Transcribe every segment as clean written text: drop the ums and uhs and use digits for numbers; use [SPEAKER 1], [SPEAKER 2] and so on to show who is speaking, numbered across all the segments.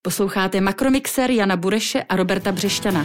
[SPEAKER 1] Posloucháte Makromixer Jana Bureše a Roberta Břešťana.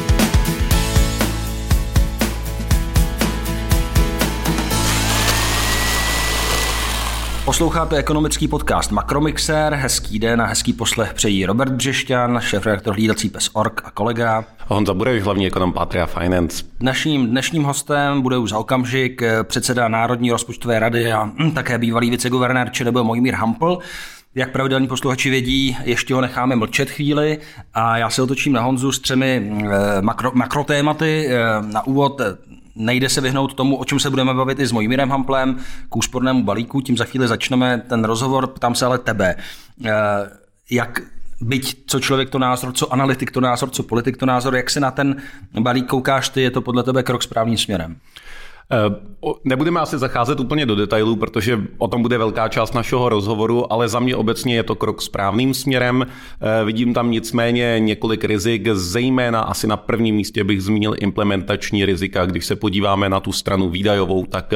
[SPEAKER 2] Posloucháte ekonomický podcast Makromixer, hezký den a hezký poslech přejí Robert Břešťan, šéfredaktor hlídací pes.org a kolega
[SPEAKER 3] Honza Bureš, hlavní ekonom Patria Finance.
[SPEAKER 2] Dnešním hostem bude už za okamžik předseda Národní rozpočtové rady a také bývalý viceguvernér ČNB Mojmír Hampl. Jak pravidelní posluchači vědí, ještě ho necháme mlčet chvíli a já se otočím na Honzu s 3 makrotématy. Na úvod nejde se vyhnout tomu, o čem se budeme bavit i s Mojmírem Hamplem, k úspornému balíku, tím za chvíli začneme ten rozhovor, ptám se ale tebe. Jak byť co člověk to názor, co analytik to názor, co politik to názor, jak se na ten balík koukáš ty, je to podle tebe krok správným směrem?
[SPEAKER 3] Nebudeme asi zacházet úplně do detailů, protože o tom bude velká část našeho rozhovoru, ale za mě obecně je to krok správným směrem. Vidím tam nicméně několik rizik, zejména asi na prvním místě bych zmínil implementační rizika. Když se podíváme na tu stranu výdajovou, tak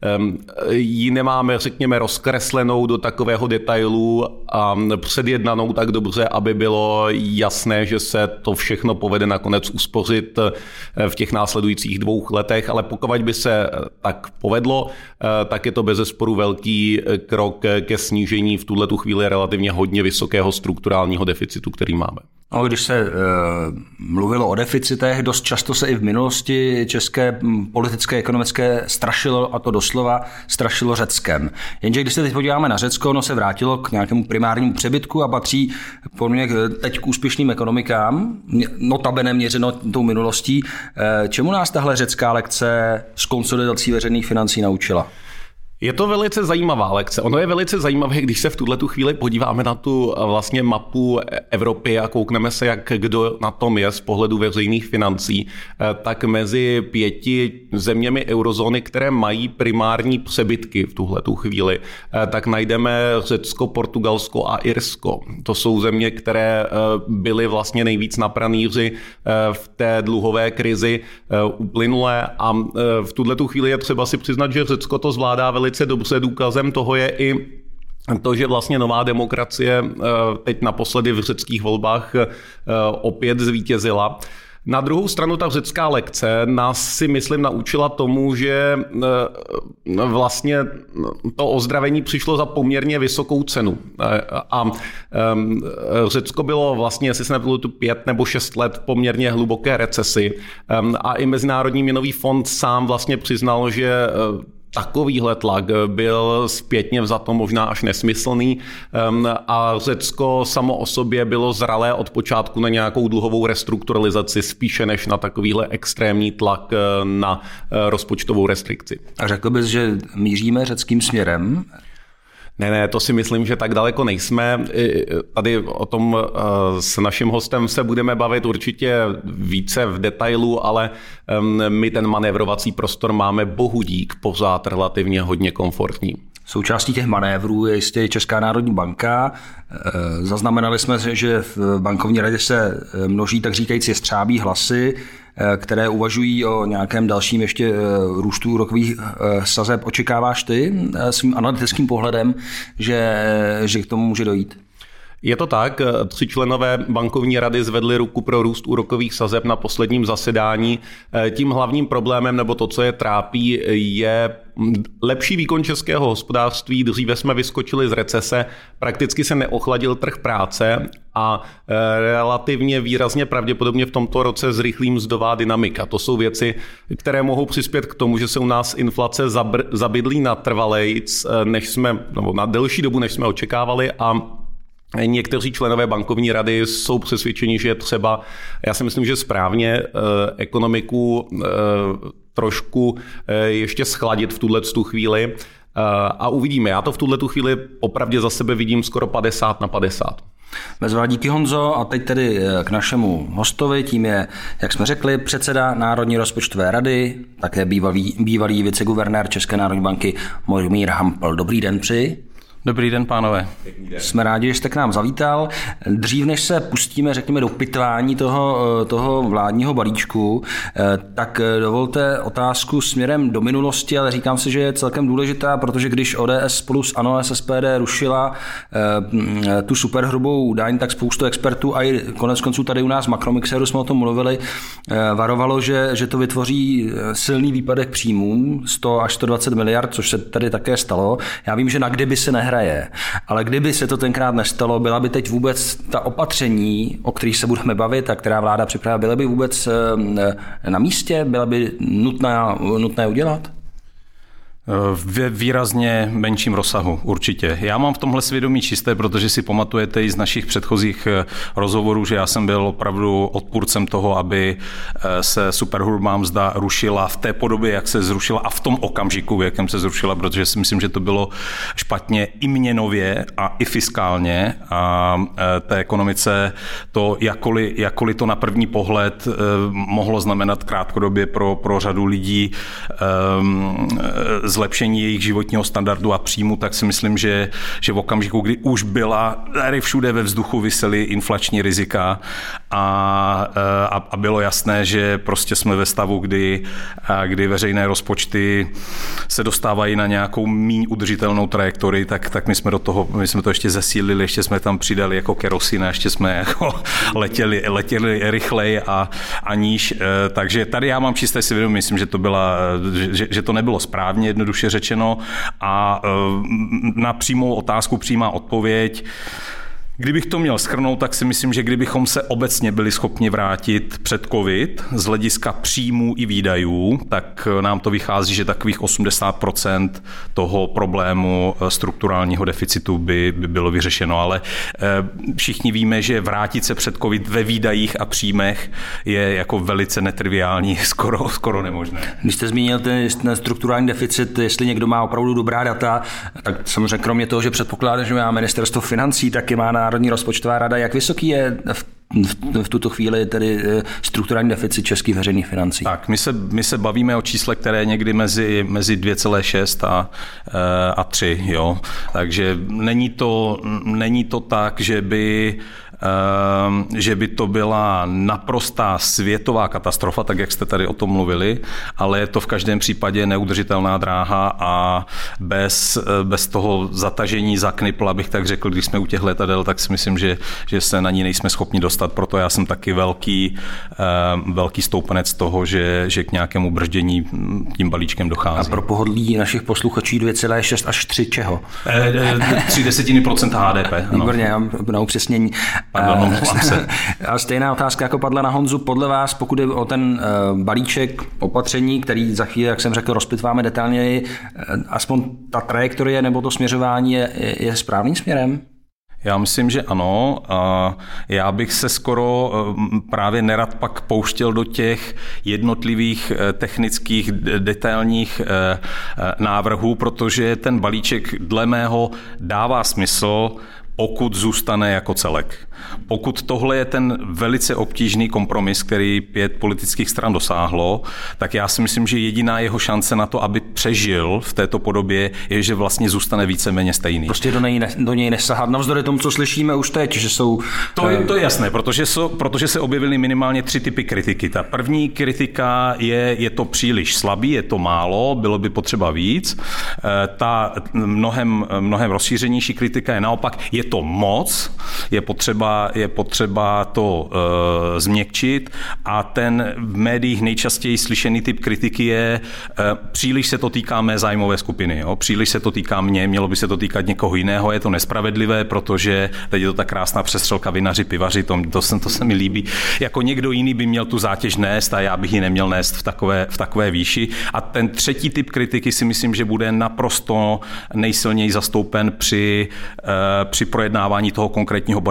[SPEAKER 3] ji nemáme, řekněme, rozkreslenou do takového detailu a předjednanou tak dobře, aby bylo jasné, že se to všechno povede nakonec uspořit v těch následujících 2 letech, ale pokud by se tak povedlo, tak je to bezesporu velký krok ke snížení v tuhletu chvíli relativně hodně vysokého strukturálního deficitu, který máme.
[SPEAKER 2] No, když se mluvilo o deficitech, dost často se i v minulosti české politické, ekonomické strašilo, a to doslova strašilo Řeckem. Jenže když se teď podíváme na Řecko, ono se vrátilo k nějakému primárnímu přebytku a patří podle mě teď k úspěšným ekonomikám, notabene měřeno tou minulostí. Čemu nás tahle řecká lekce s konsolidací veřejných financí naučila?
[SPEAKER 3] Je to velice zajímavá lekce. Ono je velice zajímavé, když se v tuhletu chvíli podíváme na tu vlastně mapu Evropy a koukneme se, jak kdo na tom je z pohledu veřejných financí, tak mezi 5 zeměmi eurozóny, které mají primární přebytky v tuhletu chvíli, tak najdeme Řecko, Portugalsko a Irsko. To jsou země, které byly vlastně nejvíc na pranýři v té dluhové krizi uplynulé a v tuhletu chvíli je třeba si přiznat, že Řecko to zvládá velice dobře. Důkazem toho je i to, že vlastně nová demokracie teď naposledy v řeckých volbách opět zvítězila. Na druhou stranu ta řecká lekce nás si myslím naučila tomu, že vlastně to ozdravení přišlo za poměrně vysokou cenu. A Řecko bylo vlastně, jestli se nepamatuju, tu 5 nebo 6 let v poměrně hluboké recesi. A i Mezinárodní měnový fond sám vlastně přiznal, že takovýhle tlak byl zpětně vzato možná až nesmyslný a Řecko samo o sobě bylo zralé od počátku na nějakou dluhovou restrukturalizaci spíše než na takovýhle extrémní tlak na rozpočtovou restrikci.
[SPEAKER 2] A řekl bys, že míříme řeckým směrem?
[SPEAKER 3] Ne, to si myslím, že tak daleko nejsme. Tady o tom s naším hostem se budeme bavit určitě více v detailu, ale my ten manévrovací prostor máme bohu dík pořád relativně hodně komfortní.
[SPEAKER 2] Součástí těch manévrů je jistě Česká národní banka. Zaznamenali jsme, že v bankovní radě se množí, tak říkajíc, jestřábí hlasy, které uvažují o nějakém dalším ještě růstu úrokových sazeb. Očekáváš ty svým analytickým pohledem, že k tomu může dojít?
[SPEAKER 3] Je to tak, 3 členové bankovní rady zvedli ruku pro růst úrokových sazeb na posledním zasedání. Tím hlavním problémem, nebo to, co je trápí, je lepší výkon českého hospodářství. Dříve jsme vyskočili z recese, prakticky se neochladil trh práce a relativně výrazně pravděpodobně v tomto roce zrychlí mzdová dynamika. To jsou věci, které mohou přispět k tomu, že se u nás inflace zabydlí natrvalejc, nebo na delší dobu, než jsme očekávali a někteří členové bankovní rady jsou přesvědčeni, že je třeba, já si myslím, že správně, ekonomiku trošku ještě schladit v tuhletu chvíli a uvidíme. Já to v tuhletu chvíli opravdu za sebe vidím skoro 50/50.
[SPEAKER 2] Bezvá, díky Honzo, a teď tedy k našemu hostovi, tím je, jak jsme řekli, předseda Národní rozpočtové rady, také bývalý viceguvernér České národní banky Mojmír Hampl. Dobrý den, přeji.
[SPEAKER 4] Dobrý den, pánové.
[SPEAKER 2] Jsme rádi, že jste k nám zavítal. Dřív, než se pustíme, řekněme, do pitvání toho vládního balíčku, tak dovolte otázku směrem do minulosti, ale říkám si, že je celkem důležitá, protože když ODS spolu s ANO a SPD rušila tu superhrubou daň, tak spoustu expertů a i konec konců tady u nás v Makromixeru jsme o tom mluvili, varovalo, že to vytvoří silný výpadek příjmů 100 až 120 miliard, což se tady také stalo. Já vím, že na kdyby se nehraje, ale kdyby se to tenkrát nestalo, byla by teď vůbec ta opatření, o kterých se budeme bavit a která vláda připravila, byla by vůbec na místě, byla by nutné udělat?
[SPEAKER 4] V výrazně menším rozsahu, určitě. Já mám v tomhle svědomí čisté, protože si pamatujete i z našich předchozích rozhovorů, že já jsem byl opravdu odpůrcem toho, aby se superhrubá mzda rušila v té podobě, jak se zrušila a v tom okamžiku, v jakém se zrušila, protože si myslím, že to bylo špatně i měnově a i fiskálně a té ekonomice to, jakkoliv to na první pohled mohlo znamenat krátkodobě pro řadu lidí zlepšení jejich životního standardu a příjmu, tak si myslím, že v okamžiku, kdy už byla, tady všude ve vzduchu visely inflační rizika a bylo jasné, že prostě jsme ve stavu, kdy veřejné rozpočty se dostávají na nějakou míň udržitelnou trajektorii, tak my jsme to ještě zesílili, ještě jsme tam přidali jako kerosin, ještě jsme jako letěli rychleji a níž. Takže tady já mám čisté svědomí, myslím, že to nebylo správně, jednoduše řečeno, a na přímou otázku přímá odpověď. Kdybych to měl shrnout, tak si myslím, že kdybychom se obecně byli schopni vrátit před covid z hlediska příjmů i výdajů, tak nám to vychází, že takových 80% toho problému strukturálního deficitu by bylo vyřešeno. Ale všichni víme, že vrátit se před covid ve výdajích a příjmech je jako velice netriviální, skoro nemožné.
[SPEAKER 2] Když jste zmínil ten strukturální deficit, jestli někdo má opravdu dobrá data, tak samozřejmě kromě toho, že předpokládá, že má ministerstvo financí, taky má Národní rozpočtová rada. Jak vysoký je v tuto chvíli tedy strukturální deficit českých veřejných financí?
[SPEAKER 4] Tak, my se bavíme o čísle, které je někdy mezi 2,6 a 3, jo. Takže není to tak, že by to byla naprostá světová katastrofa, tak jak jste tady o tom mluvili, ale je to v každém případě neudržitelná dráha a bez toho zatažení za knipl, abych tak řekl, když jsme u těch letadel, tak si myslím, že se na ní nejsme schopni dostat. Proto já jsem taky velký stoupenec toho, že k nějakému brždění tím balíčkem dochází.
[SPEAKER 2] A pro pohodlí našich posluchačů 2,6 až 3 čeho?
[SPEAKER 4] 0,3% HDP.
[SPEAKER 2] Výborně, na upřesnění.
[SPEAKER 4] Pardon,
[SPEAKER 2] a stejná otázka, jako padla na Honzu. Podle vás, pokud je o ten balíček opatření, který za chvíli, jak jsem řekl, rozpitváme detailněji, aspoň ta trajektorie nebo to směřování je správným směrem?
[SPEAKER 4] Já myslím, že ano. Já bych se skoro právě nerad pak pouštěl do těch jednotlivých technických detailních návrhů, protože ten balíček dle mého dává smysl, pokud zůstane jako celek. Pokud tohle je ten velice obtížný kompromis, který 5 politických stran dosáhlo, tak já si myslím, že jediná jeho šance na to, aby přežil v této podobě, je, že vlastně zůstane víceméně stejný.
[SPEAKER 2] Prostě do něj nesahat. Navzdory tomu, co slyšíme už teď, že jsou...
[SPEAKER 4] To je jasné, protože se objevily minimálně 3 typy kritiky. Ta první kritika je to příliš slabý, je to málo, bylo by potřeba víc. Ta mnohem rozšířenější kritika je naopak, je to moc, je potřeba to změkčit a ten v médiích nejčastěji slyšený typ kritiky je příliš se to týká mé zájmové skupiny, jo? Příliš se to týká mě, mělo by se to týkat někoho jiného, je to nespravedlivé, protože teď je to ta krásná přestřelka vinaři, pivaři, to se mi líbí. Jako někdo jiný by měl tu zátěž nést a já bych ji neměl nést v takové výši. A ten třetí typ kritiky si myslím, že bude naprosto nejsilněji zastoupen při projednávání toho konkrétního balíčku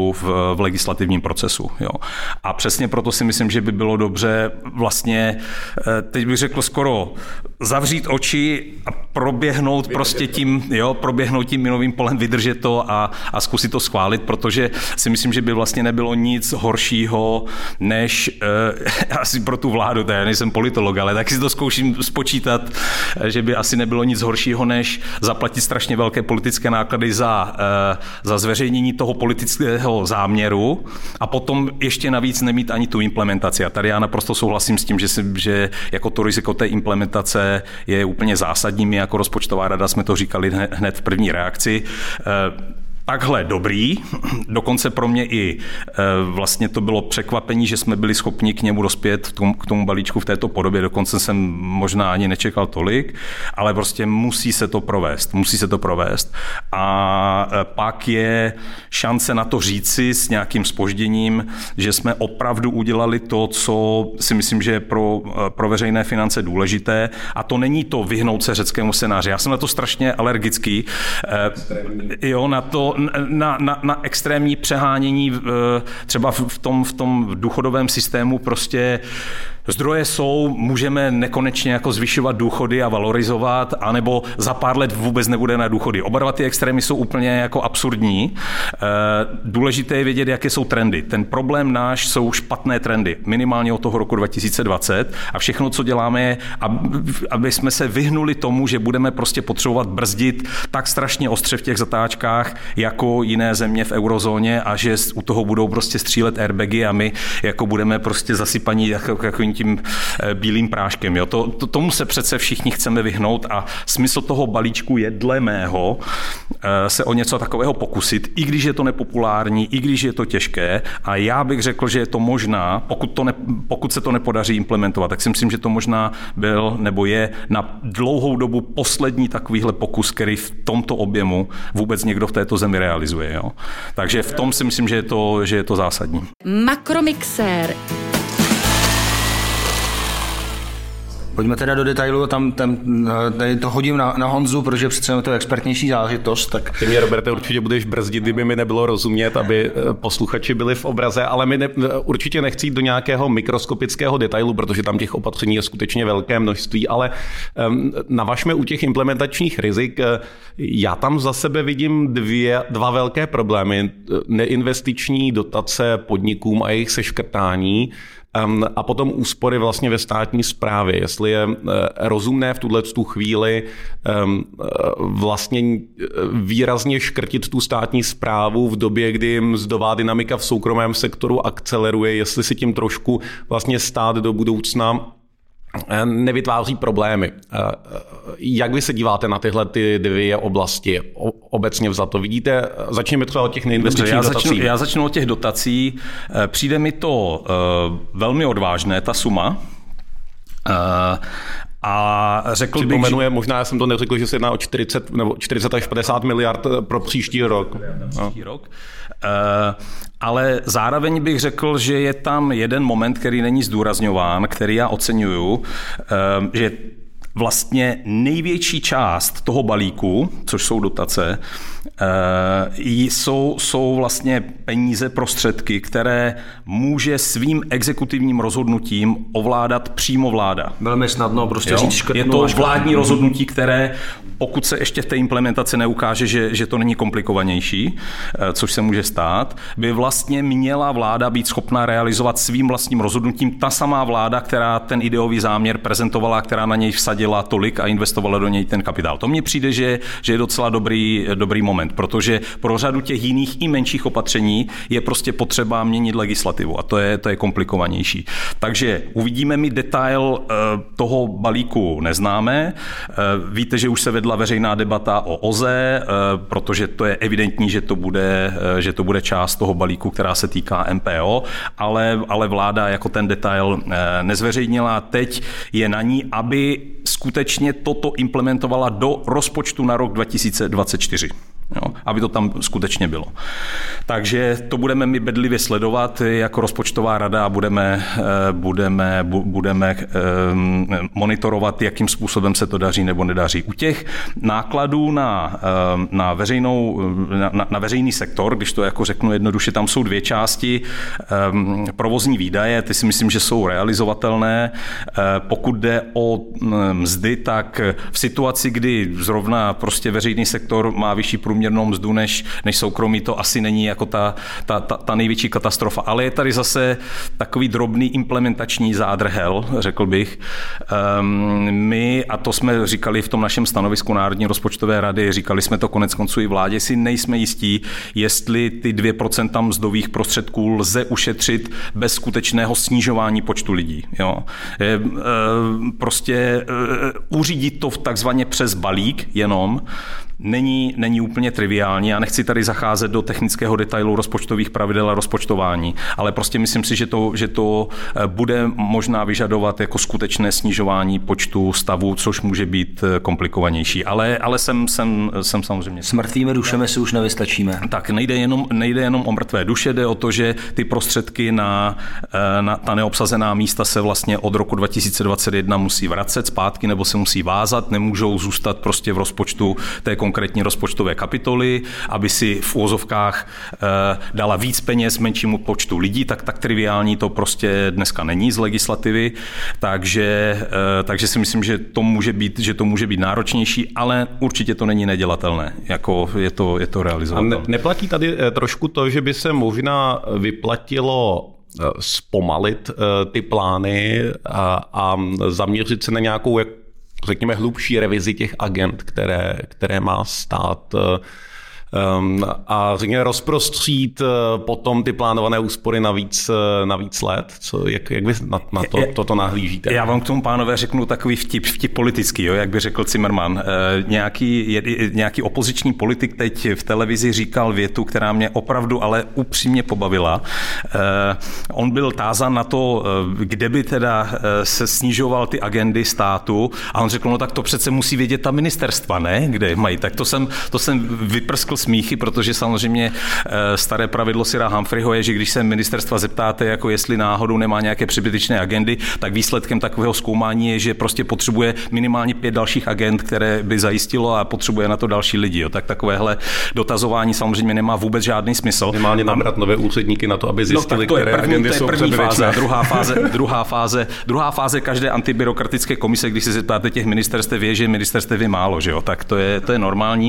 [SPEAKER 4] v legislativním procesu. Jo. A přesně proto si myslím, že by bylo dobře vlastně, teď bych řekl skoro zavřít oči a proběhnout prostě tím minovým polem, vydržet to a zkusit to schválit, protože si myslím, že by vlastně nebylo nic horšího, než asi pro tu vládu, já nejsem politolog, ale tak si to zkouším spočítat, že by asi nebylo nic horšího, než zaplatit strašně velké politické náklady za zveřejnění toho politického záměru a potom ještě navíc nemít ani tu implementaci. A tady já naprosto souhlasím s tím, že jako to riziko té implementace je úplně zásadní. My jako rozpočtová rada jsme to říkali hned v první reakci. Takhle dobrý, dokonce pro mě i vlastně to bylo překvapení, že jsme byli schopni k němu dospět k tomu balíčku v této podobě, dokonce jsem možná ani nečekal tolik, ale prostě musí se to provést a pak je šance na to říci s nějakým zpožděním, že jsme opravdu udělali to, co si myslím, že je pro veřejné finance důležité a to není to vyhnout se řeckému scénáři. Já jsem na to strašně alergický, na to, na extrémní přehánění třeba v tom důchodovém systému prostě zdroje jsou, můžeme nekonečně jako zvyšovat důchody a valorizovat, anebo za pár let vůbec nebude na důchody. Oba dva ty extrémy jsou úplně jako absurdní. Důležité je vědět, jaké jsou trendy. Ten problém náš jsou špatné trendy, minimálně od toho roku 2020 a všechno, co děláme, je, aby jsme se vyhnuli tomu, že budeme prostě potřebovat brzdit tak strašně ostře v těch zatáčkách, jako jiné země v eurozóně a že u toho budou prostě střílet airbagy a my jako budeme prostě zasypaní jako tím bílým práškem. Jo. Tomu se přece všichni chceme vyhnout a smysl toho balíčku je dle mého se o něco takového pokusit, i když je to nepopulární, i když je to těžké a já bych řekl, že je to možná, pokud se to nepodaří implementovat, tak si myslím, že to možná byl nebo je na dlouhou dobu poslední takovýhle pokus, který v tomto objemu vůbec někdo v této zemi realizuje. Jo. Takže v tom si myslím, že je to zásadní.
[SPEAKER 1] Makromixér.
[SPEAKER 2] Pojďme teda do detailu, tady to hodím na Honzu, protože přece je to expertnější záležitost. Tak...
[SPEAKER 3] Ty mě, Roberte, určitě budeš brzdit, kdyby mi nebylo rozumět, aby posluchači byli v obraze, ale my určitě nechci jít do nějakého mikroskopického detailu, protože tam těch opatření je skutečně velké množství, ale navažme u těch implementačních rizik. Já tam za sebe vidím dva velké problémy. Neinvestiční dotace podnikům a jejich seškrtání, a potom úspory vlastně ve státní správě. Jestli je rozumné v tuto chvíli vlastně výrazně škrtit tu státní správu v době, kdy mzdová dynamika v soukromém sektoru akceleruje, jestli si tím trošku vlastně stát do budoucna nevytváří problémy. Jak vy se díváte na tyhle ty dvě oblasti obecně vzato? Vidíte, začněme třeba od těch neinvestičních dotací.
[SPEAKER 4] Já začnu od těch dotací. Přijde mi to velmi odvážné, ta suma. A řekl bych,
[SPEAKER 3] že... možná já jsem to neřekl, že se jedná o 40 až 50 miliard pro příští rok.
[SPEAKER 4] Ale zároveň bych řekl, že je tam jeden moment, který není zdůrazňován, který já oceňuju, že vlastně největší část toho balíku, což jsou dotace, jsou vlastně peníze, prostředky, které může svým exekutivním rozhodnutím ovládat přímo vláda.
[SPEAKER 2] Velmi snadno prostě říct škrtnu.
[SPEAKER 4] Je to vládní rozhodnutí, které, pokud se ještě v té implementaci neukáže, že to není komplikovanější, což se může stát, by vlastně měla vláda být schopná realizovat svým vlastním rozhodnutím ta samá vláda, která ten ideový záměr prezentovala, která na něj vsadila tolik a investovala do něj ten kapitál. To mně přijde, že je docela dobrý moment, protože pro řadu těch jiných i menších opatření je prostě potřeba měnit legislativu a to je komplikovanější. Takže uvidíme, my detail toho balíku neznáme. Víte, že už se vedla veřejná debata o OZE, protože to je evidentní, že to bude část toho balíku, která se týká MPO, ale vláda jako ten detail nezveřejnila. Teď je na ní, aby skutečně toto implementovala do rozpočtu na rok 2024. Jo, aby to tam skutečně bylo. Takže to budeme my bedlivě sledovat jako rozpočtová rada a budeme monitorovat, jakým způsobem se to daří nebo nedaří. U těch nákladů na veřejný sektor, když to jako řeknu jednoduše, tam jsou dvě části. Provozní výdaje, ty si myslím, že jsou realizovatelné. Pokud jde o mzdy, tak v situaci, kdy zrovna prostě veřejný sektor má vyšší průměrnou mzdu než soukromí, to asi není jako ta největší katastrofa. Ale je tady zase takový drobný implementační zádrhel, řekl bych. My, a to jsme říkali v tom našem stanovisku Národní rozpočtové rady, říkali jsme to koneckonců i vládě, si nejsme jistí, jestli ty 2% mzdových prostředků lze ušetřit bez skutečného snižování počtu lidí. Jo. Prostě uřídit to takzvaně přes balík jenom není úplně triviální. Já nechci tady zacházet do technického detailu rozpočtových pravidel a rozpočtování, ale prostě myslím si, že to bude možná vyžadovat jako skutečné snižování počtu stavů, což může být komplikovanější. Ale jsem samozřejmě...
[SPEAKER 2] S mrtvými dušemi si už nevystačíme.
[SPEAKER 4] Tak nejde jenom o mrtvé duše, jde o to, že ty prostředky na ta neobsazená místa se vlastně od roku 2021 musí vracet zpátky nebo se musí vázat, nemůžou zůstat prostě v rozpočtu té konkrétní rozpočtové kapitoly, aby si v úvozovkách dala víc peněz menšímu počtu lidí, tak triviální to prostě dneska není z legislativy, takže si myslím, že to může být náročnější, ale určitě to není nedělatelné, jako je to realizovatelné.
[SPEAKER 3] Neplatí tady trošku to, že by se možná vyplatilo zpomalit ty plány a zaměřit se na nějakou, řekněme, hlubší revizi těch agend, které má stát, a řekněme rozprostřít potom ty plánované úspory na víc let? Jak vy na toto nahlížíte?
[SPEAKER 4] Já vám k tomu, pánové, řeknu takový vtip politický, jo, jak by řekl Zimmermann. Nějaký opoziční politik teď v televizi říkal větu, která mě opravdu ale upřímně pobavila. On byl tázán na to, kde by teda se snižoval ty agendy státu, a on řekl, no tak to přece musí vědět ta ministerstva, ne? Kde mají. Tak to jsem vyprskl smíchy, protože samozřejmě staré pravidlo Sira Humphreyho je, že když se ministerstva zeptáte, jako jestli náhodou nemá nějaké přebytečné agendy, tak výsledkem takového zkoumání je, že prostě potřebuje minimálně 5 dalších agend, které by zajistilo, a potřebuje na to další lidi. Jo. Tak takovéhle dotazování samozřejmě nemá vůbec žádný smysl.
[SPEAKER 3] Minimálně nabrat nové úředníky na to, aby zjistili, které agendy jsou přebytečné.
[SPEAKER 4] Druhá fáze každé antibyrokratické komise, když se zeptáte těch ministerstev, je, že ministerstev je málo, že jo. Tak to je normální.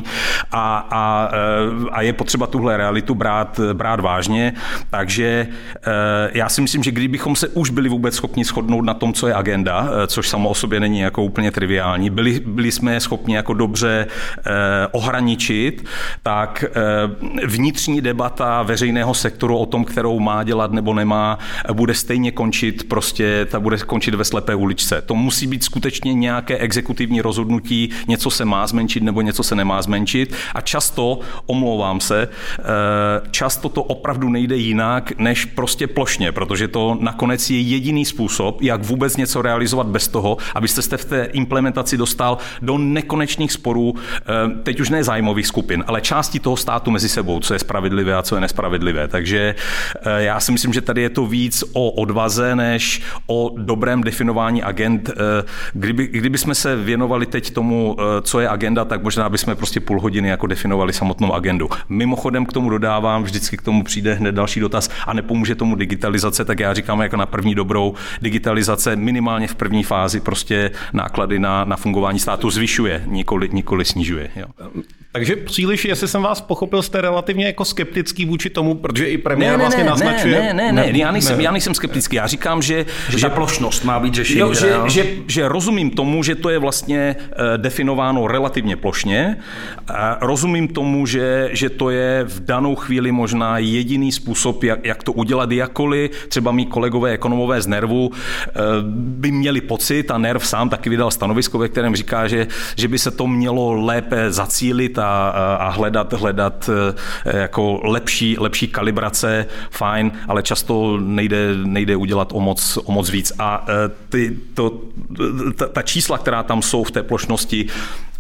[SPEAKER 4] A je potřeba tuhle realitu brát vážně, takže já si myslím, že kdybychom se už byli vůbec schopni shodnout na tom, co je agenda, což samo o sobě není jako úplně triviální, byli jsme schopni jako dobře ohraničit, tak vnitřní debata veřejného sektoru o tom, kterou má dělat nebo nemá, bude stejně končit ve slepé uličce. To musí být skutečně nějaké exekutivní rozhodnutí, něco se má zmenšit nebo něco se nemá zmenšit, a často, omlouvám se, často to opravdu nejde jinak, než prostě plošně, protože to nakonec je jediný způsob, jak vůbec něco realizovat bez toho, abyste se v té implementaci dostal do nekonečných sporů, teď už ne zájmových skupin, ale části toho státu mezi sebou, co je spravedlivé a co je nespravedlivé. Takže já si myslím, že tady je to víc o odvaze, než o dobrém definování agend. Kdyby jsme se věnovali teď tomu, co je agenda, tak možná bychom prostě půl hodiny jako definovali samotnou agendu. Mimochodem k tomu dodávám, vždycky k tomu přijde hned další dotaz, a nepomůže tomu digitalizace, tak já říkám, jako na první dobrou, digitalizace minimálně v první fázi prostě náklady na fungování státu zvyšuje, nikoli snižuje. Jo.
[SPEAKER 3] Takže příliš, jestli jsem vás pochopil, jste relativně jako skeptický vůči tomu, protože i premiér vlastně naznačuje...
[SPEAKER 4] Ne, já nejsem skeptický. Já říkám, že
[SPEAKER 2] ta plošnost má být řešení.
[SPEAKER 4] Že rozumím tomu, že to je vlastně definováno relativně plošně. Rozumím tomu, že to je v danou chvíli možná jediný způsob, jak to udělat, jakkoliv třeba mý kolegové ekonomové z NERVu by měli pocit, a NERV sám taky vydal stanovisko, ve kterém říká, že by se to mělo lépe zacílit a hledat jako lepší kalibrace, fajn, ale často nejde udělat o moc víc. A ta čísla, která tam jsou v té plošnosti,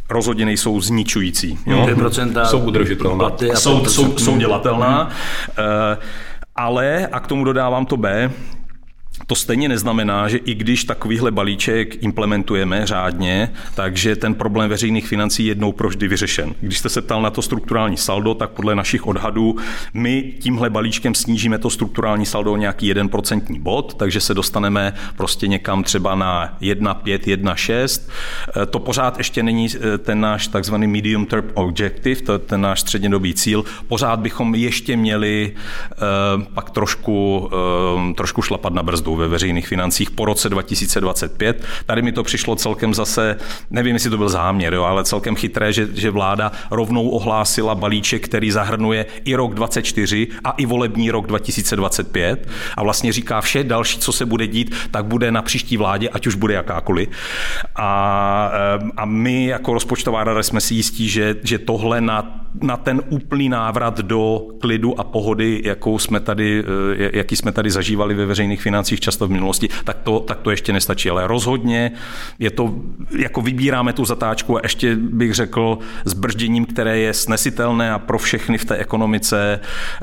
[SPEAKER 4] rozhodně nejsou zničující.
[SPEAKER 2] 2%
[SPEAKER 3] jsou udržitelná.
[SPEAKER 4] Jsou dělatelná, ale, a k tomu dodávám to B, to stejně neznamená, že i když takovýhle balíček implementujeme řádně, takže ten problém veřejných financí jednou provždy vyřešen. Když jste se ptal na to strukturální saldo, tak podle našich odhadů my tímhle balíčkem snížíme to strukturální saldo o nějaký 1% bod, takže se dostaneme prostě někam třeba na 1,5, 1,6. To pořád ještě není ten náš takzvaný medium term objective, ten náš střednědobý cíl. Pořád bychom ještě měli pak trošku šlapat na brzdu ve veřejných financích po roce 2025. Tady mi to přišlo celkem zase, nevím, jestli to byl záměr, ale celkem chytré, že vláda rovnou ohlásila balíček, který zahrnuje i rok 2024 a i volební rok 2025 a vlastně říká vše další, co se bude dít, tak bude na příští vládě, ať už bude jakákoliv. A my jako rozpočtová rada jsme si jistí, že tohle na ten úplný návrat do klidu a pohody, jaký jsme tady zažívali ve veřejných financích často v minulosti, tak to ještě nestačí. Ale rozhodně je to, jako vybíráme tu zatáčku a ještě bych řekl s bržděním, které je snesitelné a pro všechny v té ekonomice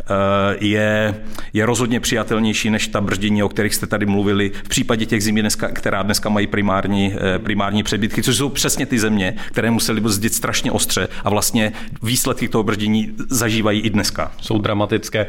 [SPEAKER 4] je rozhodně přijatelnější než ta brždění, o kterých jste tady mluvili v případě těch zemí, která dneska mají primární přebytky, což jsou přesně ty země, které musely brzdit strašně ostře a vlastně výsledky toho brždění zažívají i dneska.
[SPEAKER 3] Jsou dramatické.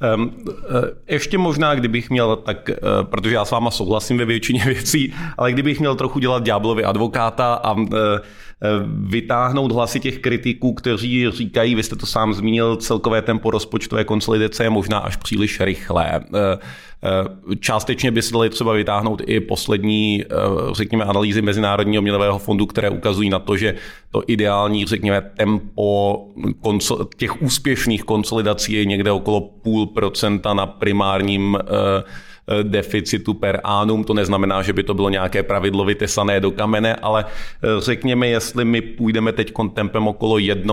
[SPEAKER 3] Ještě možná, kdybych měl, tak, protože já s váma souhlasím ve většině věcí, ale kdybych měl trochu dělat ďáblovi advokáta a vytáhnout hlasy těch kritiků, kteří říkají, vy jste to sám zmínil, celkové tempo rozpočtové konsolidace je možná až příliš rychlé. Částečně by se dali třeba vytáhnout i poslední, řekněme, analýzy Mezinárodního měnového fondu, které ukazují na to, že to ideální, řekněme, tempo těch úspěšných konsolidací je někde okolo 0,5% na primárním deficitu per annum. To neznamená, že by to bylo nějaké pravidlo vytesané do kamene, ale řekněme, jestli my půjdeme teď tempem okolo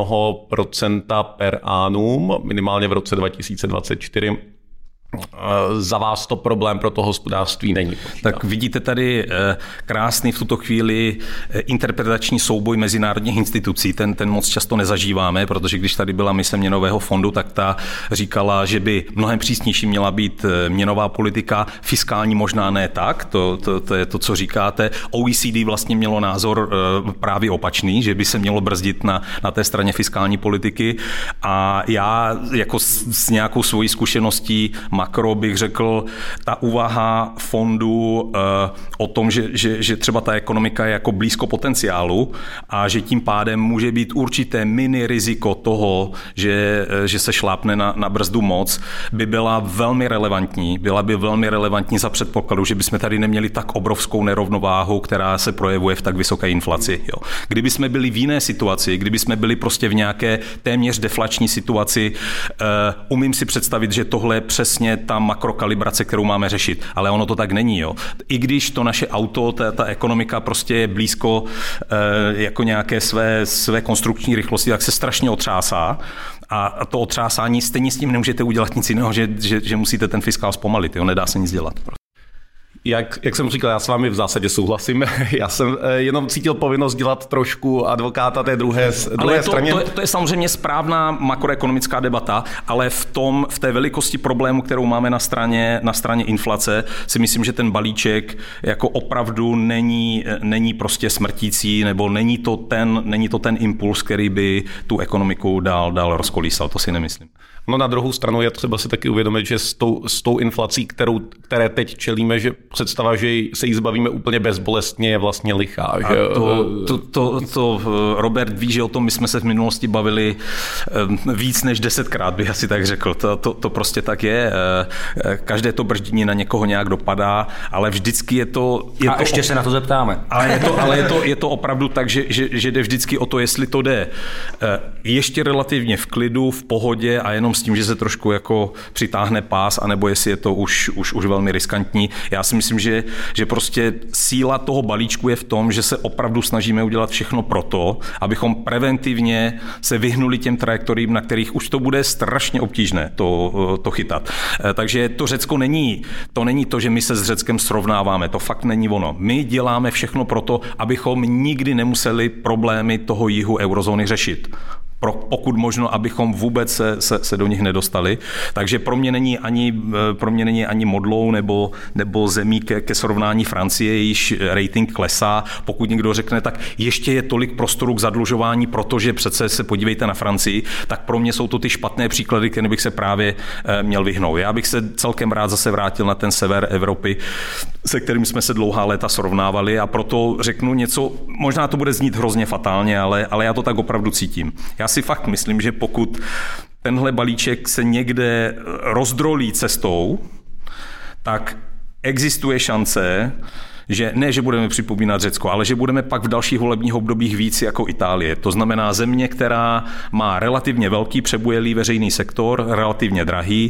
[SPEAKER 3] 1% per annum, minimálně v roce 2024, za vás to problém pro to hospodářství není.
[SPEAKER 4] Tak vidíte tady krásný v tuto chvíli interpretační souboj mezinárodních institucí. Ten moc často nezažíváme, protože když tady byla mise měnového fondu, tak ta říkala, že by mnohem přísnější měla být měnová politika, fiskální možná ne tak, to je to, co říkáte. OECD vlastně mělo názor právě opačný, že by se mělo brzdit na té straně fiskální politiky a já jako s nějakou svojí zkušeností makro bych řekl, ta úvaha fondu o tom, že třeba ta ekonomika je jako blízko potenciálu a že tím pádem může být určité mini riziko toho, že se šlápne na brzdu moc, by byla velmi relevantní. Byla by velmi relevantní za předpokladu, že bychom tady neměli tak obrovskou nerovnováhu, která se projevuje v tak vysoké inflaci. Jo. Kdyby jsme byli v jiné situaci, kdyby jsme byli prostě v nějaké téměř deflační situaci, umím si představit, že tohle je přesně ta makrokalibrace, kterou máme řešit. Ale ono to tak není. Jo. I když to naše auto, ta ekonomika prostě je blízko jako nějaké své konstrukční rychlosti, tak se strašně otřásá. A to otřásání stejně s tím nemůžete udělat nic jiného, že musíte ten fiskál zpomalit. Jo. Nedá se nic dělat.
[SPEAKER 3] Jak jsem říkal, já s vámi v zásadě souhlasím. Já jsem jenom cítil povinnost dělat trošku advokáta té druhé straně.
[SPEAKER 4] To je samozřejmě správná makroekonomická debata, ale v té velikosti problému, kterou máme na straně inflace, si myslím, že ten balíček jako opravdu není prostě smrtící, nebo není to ten impuls, který by tu ekonomiku dál rozkolísal. To si nemyslím.
[SPEAKER 3] No na druhou stranu je třeba si taky uvědomit, že s tou inflací, které teď čelíme, že představa, že se jí zbavíme úplně bezbolestně, je vlastně lichá. Že?
[SPEAKER 4] To Robert ví, že o tom my jsme se v minulosti bavili víc než 10krát, bych asi tak řekl. To prostě tak je. Každé to brždění na někoho nějak dopadá, ale vždycky je to...
[SPEAKER 2] ještě se na to zeptáme.
[SPEAKER 4] Ale je to opravdu tak, že jde vždycky o to, jestli to jde ještě relativně v klidu, v pohodě a jenom s tím, že se trošku jako přitáhne pás, anebo jestli je to už velmi riskantní. Já si myslím, že prostě síla toho balíčku je v tom, že se opravdu snažíme udělat všechno proto, abychom preventivně se vyhnuli těm trajektoriím, na kterých už to bude strašně obtížné to chytat. Takže to Řecko není to, že my se s Řeckem srovnáváme. To fakt není ono. My děláme všechno proto, abychom nikdy nemuseli problémy toho jihu eurozóny řešit. Pokud možno, abychom vůbec se do nich nedostali. Takže pro mě není ani modlou nebo zemí ke srovnání Francie, jejíž rating klesá. Pokud někdo řekne, tak ještě je tolik prostoru k zadlužování, protože přece se podívejte na Francii, tak pro mě jsou to ty špatné příklady, které bych se právě měl vyhnout. Já bych se celkem rád zase vrátil na ten sever Evropy, se kterým jsme se dlouhá léta srovnávali, a proto řeknu něco, možná to bude znít hrozně fatálně, ale já to tak opravdu cítím. Já si fakt myslím, že pokud tenhle balíček se někde rozdrolí cestou, tak existuje šance, že ne, že budeme připomínat Řecko, ale že budeme pak v dalších volebních obdobích víc jako Itálie. To znamená země, která má relativně velký přebujelý veřejný sektor, relativně drahý,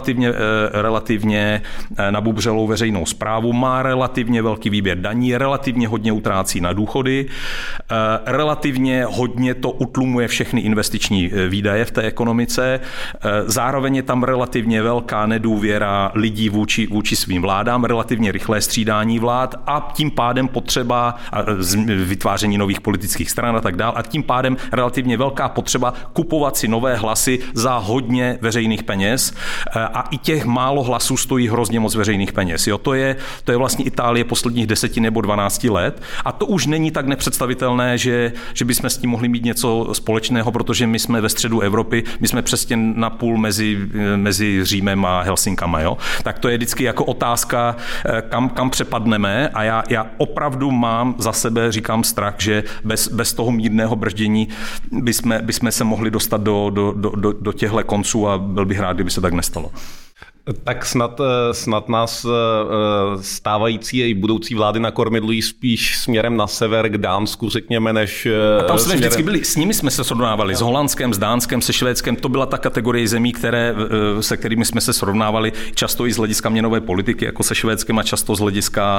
[SPEAKER 4] relativně nabubřelou veřejnou správu, má relativně velký výběr daní, relativně hodně utrácí na důchody, relativně hodně to utlumuje všechny investiční výdaje v té ekonomice, zároveň je tam relativně velká nedůvěra lidí vůči svým vládám, relativně rychlé střídání vlád, a tím pádem potřeba vytváření nových politických stran a tak dále, a tím pádem relativně velká potřeba kupovat si nové hlasy za hodně veřejných peněz, a i těch málo hlasů stojí hrozně moc veřejných peněz. Jo, to je vlastně Itálie posledních 10 nebo 12 let, a to už není tak nepředstavitelné, že bychom s tím mohli mít něco společného, protože my jsme ve středu Evropy, my jsme přesně napůl mezi Římem a Helsinkama. Jo? Tak to je vždycky jako otázka, kam přepadneme. A já opravdu mám za sebe, říkám, strach, že bez toho mírného brždění bychom se mohli dostat do těchto konců, a byl bych rád, kdyby se tak nestalo.
[SPEAKER 3] Tak snad nás stávající i budoucí vlády nakormidlují spíš směrem na sever k Dánsku, řekněme, než...
[SPEAKER 4] A tam jsme vždycky byli, s nimi jsme se srovnávali, s Holandskem, s Dánskem, se Švédskem, to byla ta kategorie zemí, se kterými jsme se srovnávali, často i z hlediska měnové politiky, jako se Švédskem, a často z hlediska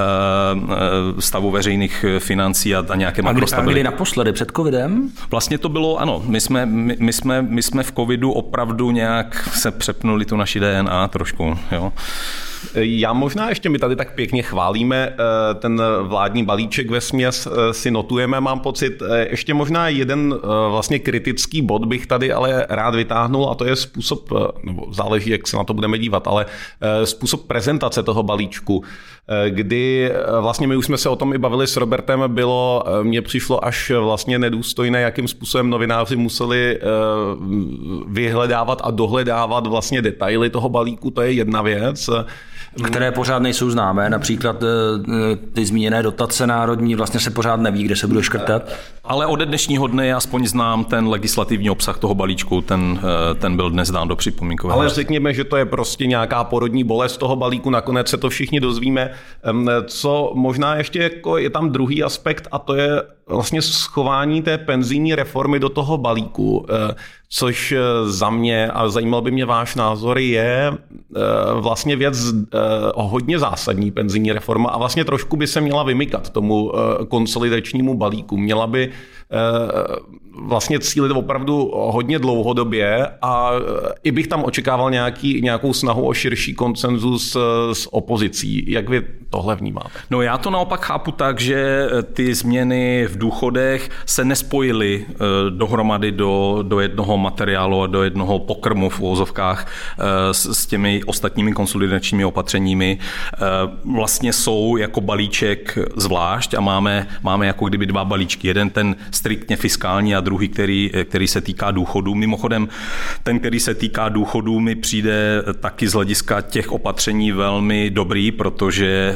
[SPEAKER 4] stavu veřejných financí a nějaké makrostability.
[SPEAKER 2] A kdy naposledy před covidem?
[SPEAKER 4] Vlastně to bylo, ano, my jsme v covidu opravdu nějak se přepnuli tu naši DNA trošku, jo.
[SPEAKER 3] Já možná ještě, my tady tak pěkně chválíme ten vládní balíček, vesměs si notujeme, mám pocit. Ještě možná jeden vlastně kritický bod bych tady ale rád vytáhnul, a to je způsob, nebo záleží, jak se na to budeme dívat, ale způsob prezentace toho balíčku, kdy vlastně my už jsme se o tom i bavili s Robertem, mně přišlo až vlastně nedůstojné, jakým způsobem novináři museli vyhledávat a dohledávat vlastně detaily toho balíku, to je jedna věc.
[SPEAKER 2] Které pořád nejsou známé, například ty zmíněné dotace národní, vlastně se pořád neví, kde se bude škrtat.
[SPEAKER 4] Ale ode dnešního dne já aspoň znám ten legislativní obsah toho balíčku, ten byl dnes dán do připomínkového.
[SPEAKER 3] Ale řekněme, že to je prostě nějaká porodní bolest toho balíku, nakonec se to všichni dozvíme. Co možná ještě jako je tam druhý aspekt, a to je vlastně schování té penzijní reformy do toho balíku, což za mě, a zajímal by mě váš názor, je vlastně věc hodně zásadní, penzijní reforma, a vlastně trošku by se měla vymykat tomu konsolidačnímu balíku. Měla by vlastně cílit opravdu hodně dlouhodobě, a i bych tam očekával nějakou snahu o širší konsenzus s opozicí. Jak vy tohle vnímáte?
[SPEAKER 4] No, já to naopak chápu tak, že ty změny v důchodech se nespojily dohromady do jednoho materiálu a do jednoho pokrmu v uvozovkách s těmi ostatními konsolidačními opatřeními. Vlastně jsou jako balíček zvlášť a máme jako kdyby dva balíčky. Jeden ten striktně fiskální a druhý, který se týká důchodů. Mimochodem, ten, který se týká důchodů, mi přijde taky z hlediska těch opatření velmi dobrý, protože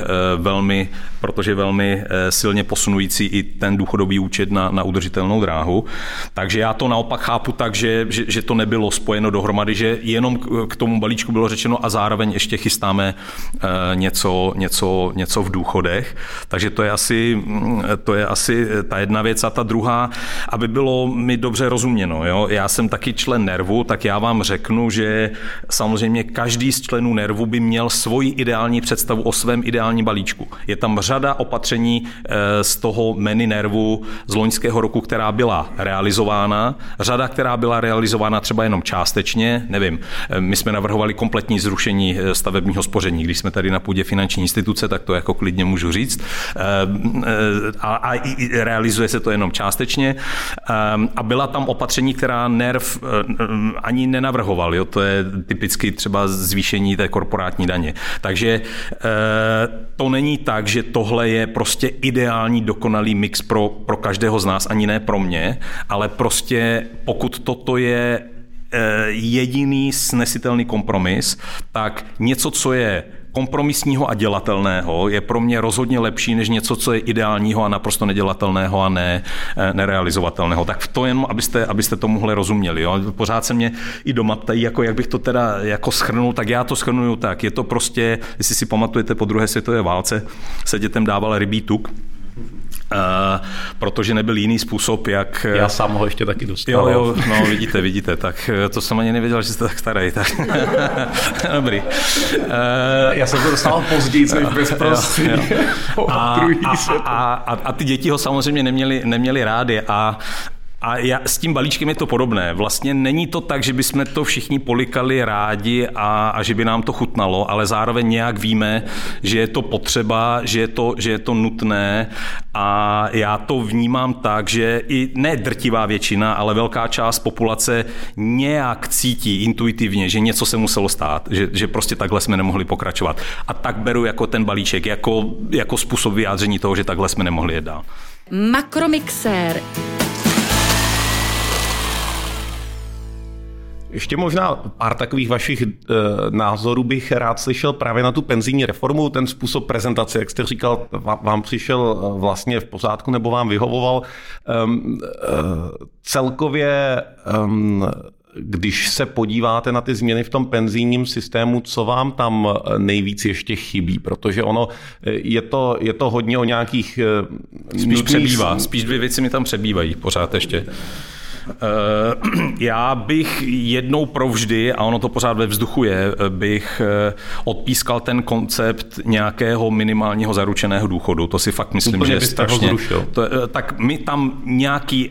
[SPEAKER 4] velmi silně posunující i ten důchodový účet na udržitelnou dráhu. Takže já to naopak chápu tak, že to nebylo spojeno dohromady, že jenom k tomu balíčku bylo řečeno a zároveň ještě chystáme něco v důchodech. Takže to je asi ta jedna věc. A ta druhá, aby bylo bylo mi dobře rozuměno. Jo? Já jsem taky člen NERVu, tak já vám řeknu, že samozřejmě každý z členů NERVu by měl svoji ideální představu o svém ideálním balíčku. Je tam řada opatření z toho menu NERVu z loňského roku, která byla realizována, řada, která byla realizována třeba jenom částečně, nevím, my jsme navrhovali kompletní zrušení stavebního spoření, když jsme tady na půdě finanční instituce, tak to jako klidně můžu říct. A realizuje se to jenom částečně. A byla tam opatření, která NERV ani nenavrhoval. Jo? To je typicky třeba zvýšení té korporátní daně. Takže to není tak, že tohle je prostě ideální, dokonalý mix pro každého z nás, ani ne pro mě, ale prostě pokud toto je jediný snesitelný kompromis, tak něco, co je kompromisního a dělatelného, je pro mě rozhodně lepší, než něco, co je ideálního a naprosto nedělatelného a nerealizovatelného. Tak to jen, abyste tomuhle rozuměli. Jo? Pořád se mě i doma ptají, jako jak bych to teda jako shrnul, tak já to shrnuju tak. Je to prostě, jestli si pamatujete, po druhé světové válce se dětem dával rybí tuk, protože nebyl jiný způsob, jak...
[SPEAKER 3] Já sám ho ještě taky dostal.
[SPEAKER 4] Jo, no vidíte, tak to jsem ani nevěděl, že jste tak starý. Tak. Dobrý.
[SPEAKER 3] Já jsem to dostal později, než bezprostředně.
[SPEAKER 4] A ty děti ho samozřejmě neměli rádi a s tím balíčkem je to podobné. Vlastně není to tak, že bychom to všichni polikali rádi a že by nám to chutnalo, ale zároveň nějak víme, že je to potřeba, že je to nutné a já to vnímám tak, že i ne drtivá většina, ale velká část populace nějak cítí intuitivně, že něco se muselo stát, že prostě takhle jsme nemohli pokračovat. A tak beru jako ten balíček, jako způsob vyjádření toho, že takhle jsme nemohli jet dál.
[SPEAKER 1] Makromixér.
[SPEAKER 3] Ještě možná pár takových vašich názorů bych rád slyšel právě na tu penzijní reformu. Ten způsob prezentace, jak jste říkal, vám přišel vlastně v pořádku nebo vám vyhovoval. Celkově, když se podíváte na ty změny v tom penzijním systému, co vám tam nejvíc ještě chybí? Protože ono je to hodně o nějakých...
[SPEAKER 4] Spíš dvě věci mi tam přebývají pořád ještě. Já bych jednou provždy, a ono to pořád ve vzduchu je, bych odpískal ten koncept nějakého minimálního zaručeného důchodu. To si fakt myslím, úplně že je strašně... Tak my tam nějaký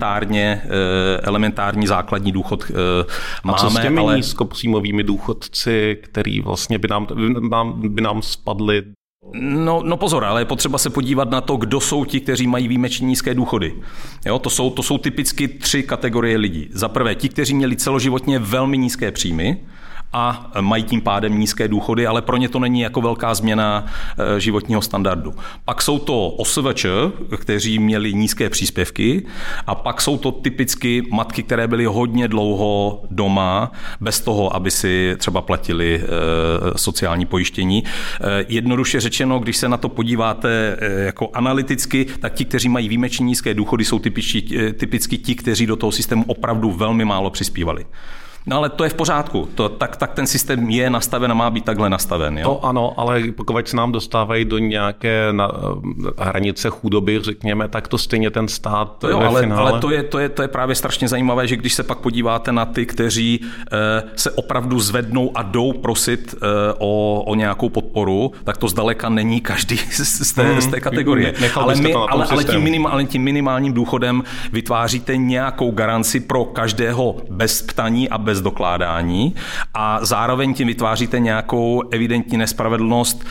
[SPEAKER 4] elementární základní důchod máme.
[SPEAKER 3] A co s těmi nízkopříjmovými důchodci, který vlastně by nám spadli?
[SPEAKER 4] No pozor, ale je potřeba se podívat na to, kdo jsou ti, kteří mají výjimečně nízké důchody. Jo, to jsou typicky 3 kategorie lidí. Za prvé ti, kteří měli celoživotně velmi nízké příjmy a mají tím pádem nízké důchody, ale pro ně to není jako velká změna životního standardu. Pak jsou to OSVČ, kteří měli nízké příspěvky a pak jsou to typicky matky, které byly hodně dlouho doma, bez toho, aby si třeba platili sociální pojištění. Jednoduše řečeno, když se na to podíváte jako analyticky, tak ti, kteří mají výjimečně nízké důchody, jsou typicky ti, kteří do toho systému opravdu velmi málo přispívali. No ale to je v pořádku. Tak ten systém je nastaven a má být takhle nastaven. Jo?
[SPEAKER 3] To ano, ale pokud se nám dostávají do nějaké hranice chudoby, řekněme, tak to stejně ten stát ve finále...
[SPEAKER 4] Ale to je právě strašně zajímavé, že když se pak podíváte na ty, kteří se opravdu zvednou a jdou prosit o nějakou podporu, tak to zdaleka není každý z té kategorie. Ale tím minimálním důchodem vytváříte nějakou garanci pro každého bez ptaní a bez dokládání a zároveň tím vytváříte nějakou evidentní nespravedlnost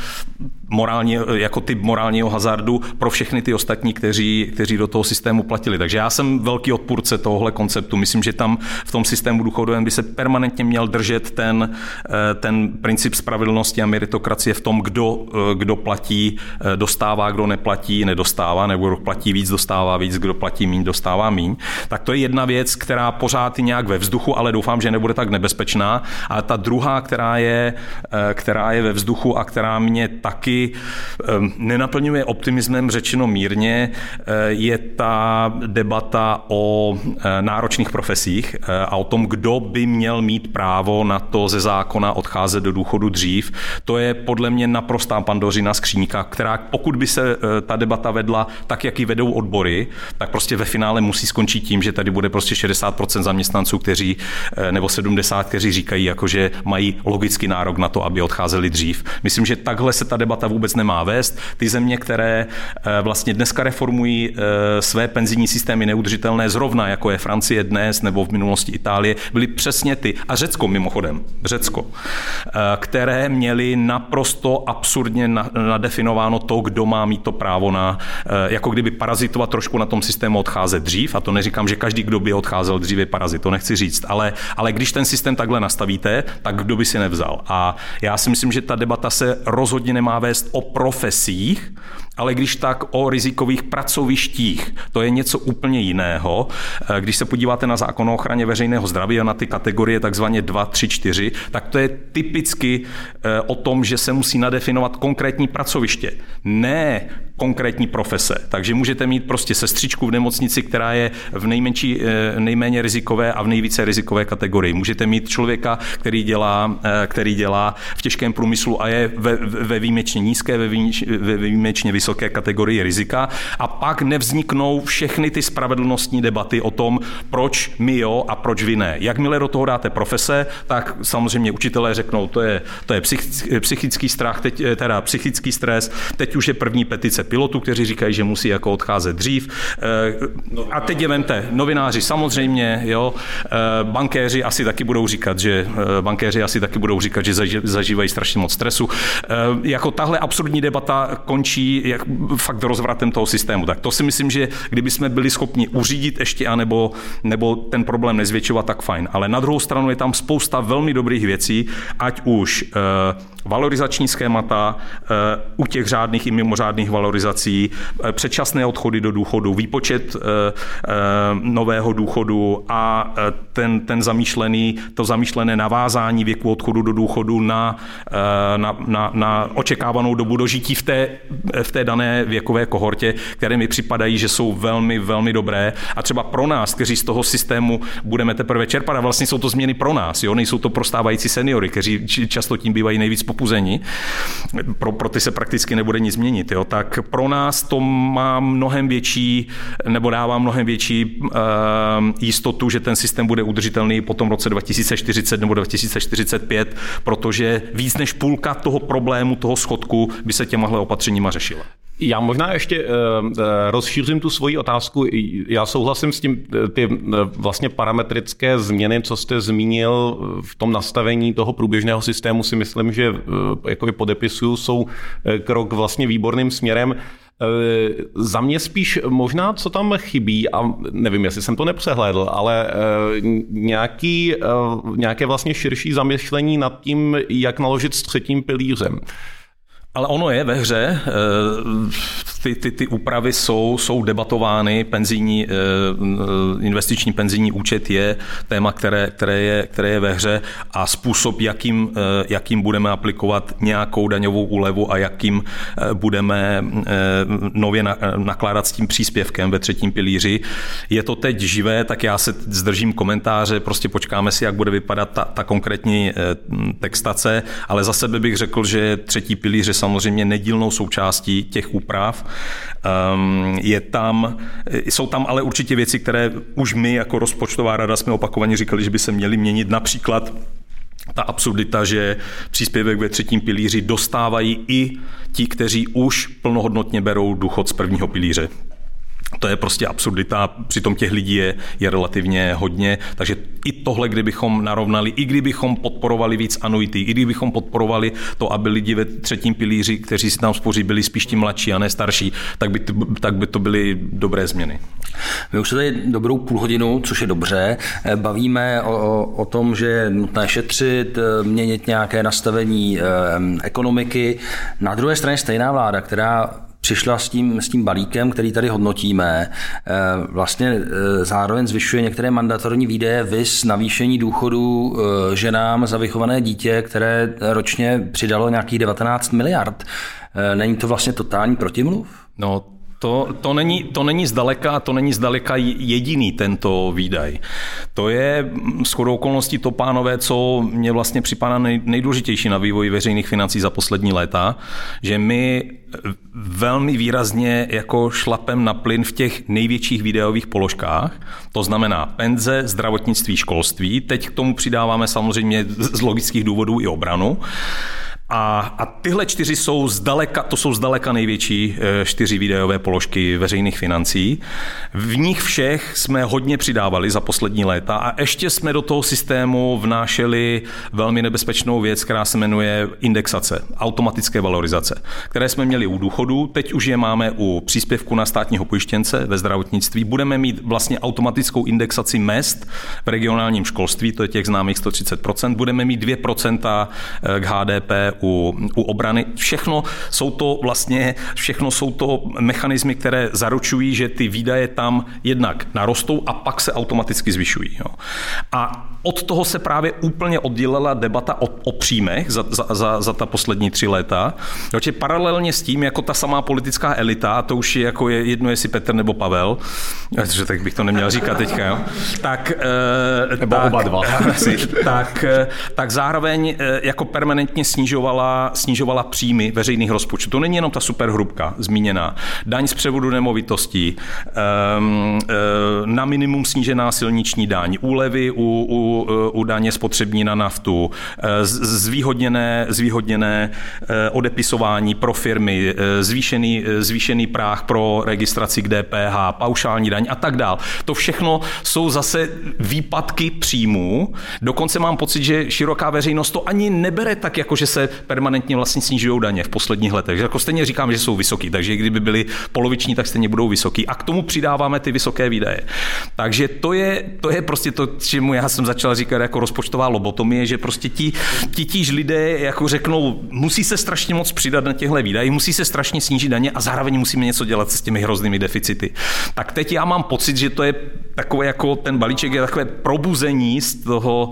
[SPEAKER 4] jako typ morálního hazardu pro všechny ty ostatní, kteří do toho systému platili. Takže já jsem velký odpůrce tohohle konceptu. Myslím, že tam v tom systému důchodovém by se permanentně měl držet ten princip spravedlnosti a meritokracie v tom, kdo platí, dostává, kdo neplatí, nedostává, nebo kdo platí víc, dostává víc, kdo platí míň, dostává míň. Tak to je jedna věc, která pořád je nějak ve vzduchu, ale doufám, že nebude tak nebezpečná. A ta druhá, která je ve vzduchu a která mě taky taky nenaplňuje optimismem, řečeno mírně, je ta debata o náročných profesích a o tom, kdo by měl mít právo na to ze zákona odcházet do důchodu dřív. To je podle mě naprostá Pandořina skříňka, která pokud by se ta debata vedla tak, jak ji vedou odbory, tak prostě ve finále musí skončit tím, že tady bude prostě 60% zaměstnanců, kteří, nebo 70, kteří říkají, jako, že mají logický nárok na to, aby odcházeli dřív. Myslím, že takhle se ta debata vůbec nemá vést. Ty země, které vlastně dneska reformují své penzijní systémy neudržitelné, zrovna jako je Francie dnes nebo v minulosti Itálie, byly přesně ty, a Řecko mimochodem, které měly naprosto absurdně nadefinováno to, kdo má mít to právo na, jako kdyby parazitovat trošku na tom systému odcházet dřív, a to neříkám, že každý, kdo by odcházel dřív, je parazit, to nechci říct, ale když ten systém takhle nastavíte, tak kdo by si nevzal. A já si myslím, že ta debata se rozhodně nemá vést o profesích, ale když tak o rizikových pracovištích. To je něco úplně jiného. Když se podíváte na zákon o ochraně veřejného zdraví a na ty kategorie takzvaně 2, 3, 4, tak to je typicky o tom, že se musí nadefinovat konkrétní pracoviště, ne konkrétní profese. Takže můžete mít prostě sestřičku v nemocnici, která je v nejméně rizikové a v nejvíce rizikové kategorii. Můžete mít člověka, který dělá v těžkém průmyslu a je ve výjimečně nízké, ve výjimečně vysoké kategorii rizika, a pak nevzniknou všechny ty spravedlnostní debaty o tom, proč my jo a proč vy ne. Jakmile do toho dáte profese, tak samozřejmě učitelé řeknou, to je psychický strach, teda psychický stres, teď už je první petice pilotů, kteří říkají, že musí jako odcházet dřív. A teď je vemte, novináři samozřejmě, jo, bankéři asi taky budou říkat, že zažívají strašně moc stresu. Jako tahle absurdní debata končí fakt rozvratem toho systému. Tak to si myslím, že kdyby jsme byli schopni uřídit ještě nebo ten problém nezvětšovat, tak fajn. Ale na druhou stranu je tam spousta velmi dobrých věcí, ať už valorizační schémata u těch řádných i mimořádných valorizací, předčasné odchody do důchodu, výpočet nového důchodu a to zamýšlené navázání věku odchodu do důchodu na očekávanou dobu dožití v té dané věkové kohortě, které mi připadají, že jsou velmi, velmi dobré. A třeba pro nás, kteří z toho systému budeme teprve čerpat, a vlastně jsou to změny pro nás, jo? Nejsou to pro stávající seniory, kteří často tím bývají nejvíc popuzeni. Pro ty se prakticky nebude nic změnit. Jo? Tak pro nás to má mnohem větší, nebo dává mnohem větší jistotu, že ten systém bude udržitelný po tom roce 2040 nebo 2045, protože víc než půlka toho problému, toho schodku by se těmahle opatřeníma řešila.
[SPEAKER 3] Já možná ještě rozšířím tu svoji otázku. Já souhlasím s tím, ty vlastně parametrické změny, co jste zmínil v tom nastavení toho průběžného systému, si myslím, že jakoby podepisuju, jsou krok vlastně výborným směrem. Za mě spíš možná, co tam chybí, a nevím, jestli jsem to nepřehlédl, ale nějaké vlastně širší zamyšlení nad tím, jak naložit s třetím pilířem.
[SPEAKER 4] Ale ono je ve hře, ty úpravy jsou debatovány, investiční penzijní účet je téma, které je ve hře, a způsob, jakým budeme aplikovat nějakou daňovou úlevu a jakým budeme nově nakládat s tím příspěvkem ve třetím pilíři. Je to teď živé, tak já se zdržím komentáře, prostě počkáme si, jak bude vypadat ta konkrétní textace, ale za sebe bych řekl, že třetí pilíř je samozřejmě nedílnou součástí těch úprav. Jsou tam ale určitě věci, které už my jako rozpočtová rada jsme opakovaně říkali, že by se měly měnit. Například ta absurdita, že příspěvek ve třetím pilíři dostávají i ti, kteří už plnohodnotně berou důchod z prvního pilíře. To je prostě absurdita, přitom těch lidí je relativně hodně, takže i tohle, kdybychom narovnali, i kdybychom podporovali víc anuity, i kdybychom podporovali to, aby lidi ve třetím pilíři, kteří si tam spoří, byli spíš ti mladší a ne starší, tak by to byly dobré změny.
[SPEAKER 2] My už se tady dobrou půl hodinu, což je dobře, bavíme o tom, že je nutné šetřit, měnit nějaké nastavení ekonomiky. Na druhé straně stejná vláda, která přišla s tím balíkem, který tady hodnotíme, vlastně zároveň zvyšuje některé mandatorní výdaje, viz navýšení důchodů ženám za vychované dítě, které ročně přidalo nějakých 19 miliard. Není to vlastně totální protimluv?
[SPEAKER 4] No, to není zdaleka jediný tento výdaj. To je shodou okolností to, pánové, co mě vlastně připadá nejdůležitější na vývoji veřejných financí za poslední léta, že my velmi výrazně jako šlapem na plyn v těch největších výdajových položkách, to znamená penze, zdravotnictví, školství. Teď k tomu přidáváme samozřejmě z logických důvodů i obranu. A tyhle 4 jsou zdaleka největší 4 výdajové položky veřejných financí. V nich všech jsme hodně přidávali za poslední léta a ještě jsme do toho systému vnášeli velmi nebezpečnou věc, která se jmenuje indexace, automatické valorizace, které jsme měli u důchodu, teď už je máme u příspěvku na státního pojištěnce ve zdravotnictví. Budeme mít vlastně automatickou indexaci mezd v regionálním školství, to je těch známých 130%, budeme mít 2% k HDP u obrany. Všechno jsou to mechanismy, které zaručují, že ty výdaje tam jednak narostou a pak se automaticky zvyšují. Jo. A od toho se právě úplně oddělila debata o příjmech za ta poslední 3 léta. Protože paralelně s tím, jako ta samá politická elita, a to už je jako jedno, jestli Petr nebo Pavel, protože tak bych to neměl říkat teďka, jo, nebo oba dva. Tak zároveň jako permanentně snižovala příjmy veřejných rozpočtů. To není jenom ta superhrubka zmíněná. Daň z převodu nemovitostí, na minimum snížená silniční daň, úlevy u daně spotřební na naftu, zvýhodněné odepisování pro firmy, zvýšený práh pro registraci k DPH, paušální daň a tak dál. To všechno jsou zase výpadky příjmů. Dokonce mám pocit, že široká veřejnost to ani nebere tak, jako že se permanentně vlastně snižují daně v posledních letech. Jako stejně říkám, že jsou vysoký, takže kdyby byly poloviční, tak stejně budou vysoký. A k tomu přidáváme ty vysoké výdaje. Takže to je prostě to, čemu já jsem začal říkat jako rozpočtová lobotomie, že prostě tíž lidé jako řeknou, musí se strašně moc přidat na těchto výdajích, musí se strašně snížit daně a zároveň musíme něco dělat s těmi hroznými deficity. Tak teď já mám pocit, že to je takové jako ten balíček je takové probuzení z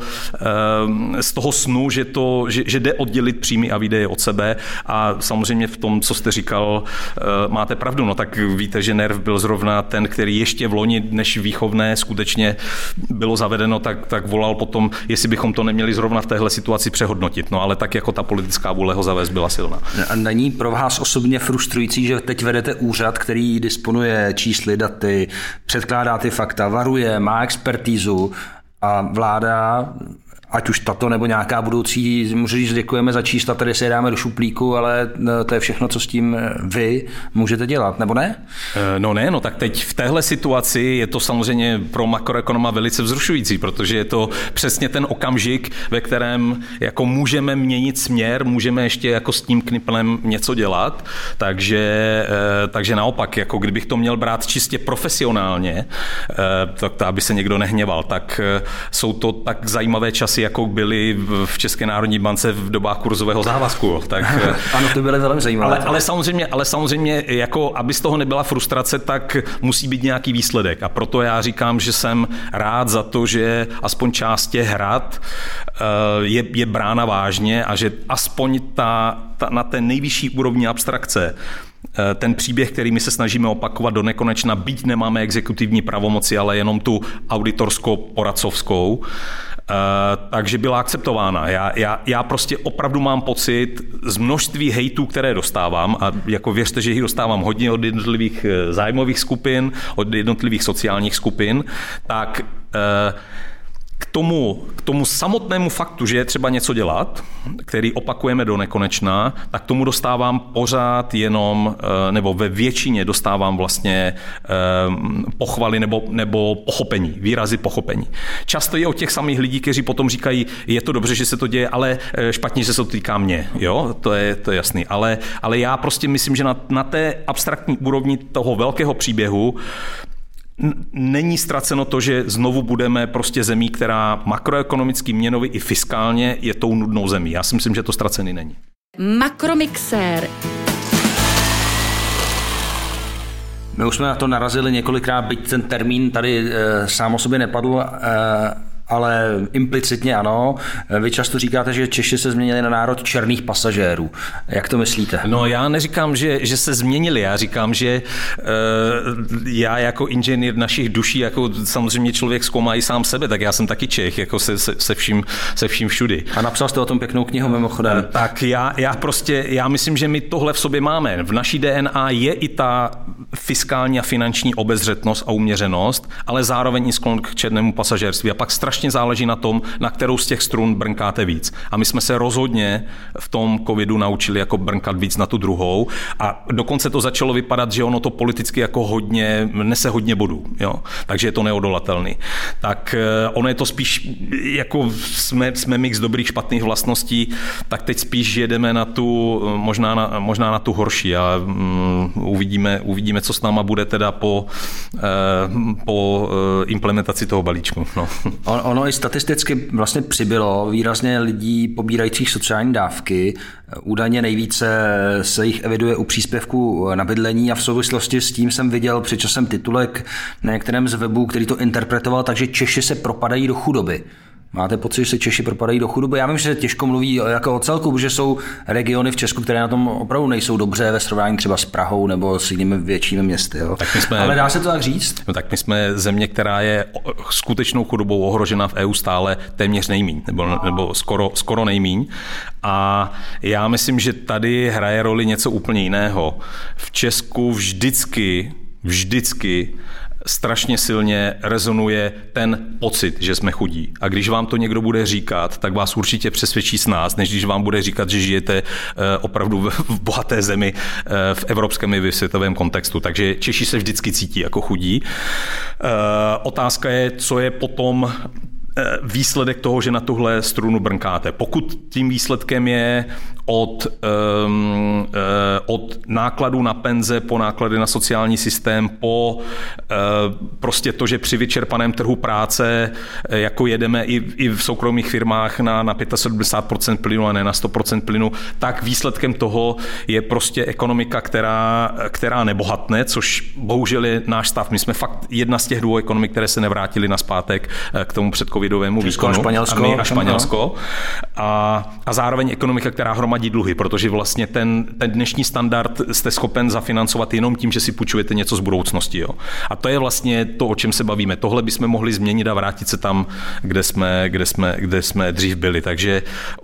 [SPEAKER 4] toho snu, že jde oddělit příjmy a výdaje od sebe a samozřejmě v tom, co jste říkal, máte pravdu. No tak víte, že NERV byl zrovna ten, který ještě v loni, než výchovné skutečně bylo zavedeno, tak volal potom, jestli bychom to neměli zrovna v téhle situaci přehodnotit. No ale tak jako ta politická vůle ho zavést byla silná.
[SPEAKER 2] A není pro vás osobně frustrující, že teď vedete úřad, který disponuje čísly, daty, předkládá ty fakta, varuje, má expertízu a vláda, ať už tato nebo nějaká budoucí, můžu říct, děkujeme za čísla, tady se je dáme do šuplíku, ale to je všechno, co s tím vy můžete dělat, nebo ne?
[SPEAKER 4] No tak teď v téhle situaci je to samozřejmě pro makroekonoma velice vzrušující, protože je to přesně ten okamžik, ve kterém jako můžeme měnit směr, můžeme ještě jako s tím kniplem něco dělat, takže naopak, jako kdybych to měl brát čistě profesionálně, tak aby se někdo nehněval, tak jsou to tak zajímavé časy, jako byly v České národní bance v dobách kurzového závazku. Tak,
[SPEAKER 2] ano, to byly velmi zajímavé.
[SPEAKER 4] Ale samozřejmě, jako aby z toho nebyla frustrace, tak musí být nějaký výsledek. A proto já říkám, že jsem rád za to, že aspoň část těch hrad je brána vážně a že aspoň na té nejvyšší úrovni abstrakce ten příběh, který my se snažíme opakovat do nekonečna, byť nemáme exekutivní pravomoci, ale jenom tu auditorsko-poradcovskou, takže byla akceptována. Já prostě opravdu mám pocit z množství hejtů, které dostávám, a jako věřte, že jich dostávám hodně od jednotlivých zájmových skupin, od jednotlivých sociálních skupin, tak k tomu samotnému faktu, že je třeba něco dělat, který opakujeme do nekonečna, tak tomu dostávám pořád jenom, nebo ve většině dostávám vlastně pochvaly nebo pochopení, výrazy pochopení. Často je od těch samých lidí, kteří potom říkají, je to dobře, že se to děje, ale špatně, že se to týká mě. Jo, to je jasný. Ale já prostě myslím, že na té abstraktní úrovni toho velkého příběhu není ztraceno to, že znovu budeme prostě zemí, která makroekonomicky, měnově i fiskálně je tou nudnou zemí. Já si myslím, že to ztracený není.
[SPEAKER 1] Makromixér.
[SPEAKER 2] My už jsme na to narazili několikrát, byť ten termín tady sám o sobě nepadl, ale implicitně ano. Vy často říkáte, že Češi se změnili na národ černých pasažérů. Jak to myslíte?
[SPEAKER 4] No já neříkám, že se změnili, já říkám, že já jako inženýr našich duší, jako samozřejmě člověk zkoumá i sám sebe, tak já jsem taky Čech, jako se vším všudy.
[SPEAKER 2] A napsal jste o tom pěknou knihu mimochodem.
[SPEAKER 4] Tak já myslím, že my tohle v sobě máme. V naší DNA je i ta fiskální a finanční obezřetnost a uměřenost, ale zároveň i sklon k černému pasažérství. A pak strašně záleží na tom, na kterou z těch strun brnkáte víc. A my jsme se rozhodně v tom covidu naučili jako brnkat víc na tu druhou. A dokonce to začalo vypadat, že ono to politicky jako nese hodně bodů. Jo? Takže je to neodolatelný. Tak ono je to spíš, jako jsme mix dobrých, špatných vlastností, tak teď spíš jedeme na tu, možná na tu horší a uvidíme, co s náma bude teda po implementaci toho balíčku. No.
[SPEAKER 2] Ono i statisticky vlastně přibylo výrazně lidí pobírajících sociální dávky. Údajně nejvíce se jich eviduje u příspěvku na bydlení a v souvislosti s tím jsem viděl před časem titulek na některém z webů, který to interpretoval, takže Češi se propadají do chudoby. Máte pocit, že se Češi propadají do chudoby? Já vím, že se těžko mluví jako o celku, protože jsou regiony v Česku, které na tom opravdu nejsou dobře ve srovnání třeba s Prahou nebo s jinými většími městy. Jo? Ale dá se to tak říct?
[SPEAKER 4] No, tak my jsme země, která je skutečnou chudobou ohrožena v EU stále téměř nejmíň, nebo skoro nejmíň. A já myslím, že tady hraje roli něco úplně jiného. V Česku vždycky strašně silně rezonuje ten pocit, že jsme chudí. A když vám to někdo bude říkat, tak vás určitě přesvědčí s nás, než když vám bude říkat, že žijete opravdu v bohaté zemi v evropském i světovém kontextu. Takže Češi se vždycky cítí jako chudí. Otázka je, co je potom výsledek toho, že na tuhle strunu brnkáte. Pokud tím výsledkem je od nákladů na penze po náklady na sociální systém, po prostě to, že při vyčerpaném trhu práce jako jedeme i v soukromých firmách na 75% plynu a ne na 100% plynu, tak výsledkem toho je prostě ekonomika, která nebohatne, což bohužel je náš stav. My jsme fakt jedna z těch dvou ekonomik, které se nevrátily nazpátek k tomu předcovidovému výkonu. A Španělsko. A zároveň ekonomika, která hromadí dluhy, protože vlastně ten dnešní standard jste schopen zafinancovat jenom tím, že si půjčujete něco z budoucnosti. Jo. A to je vlastně to, o čem se bavíme. Tohle bychom mohli změnit a vrátit se tam, kde jsme dřív byli. Takže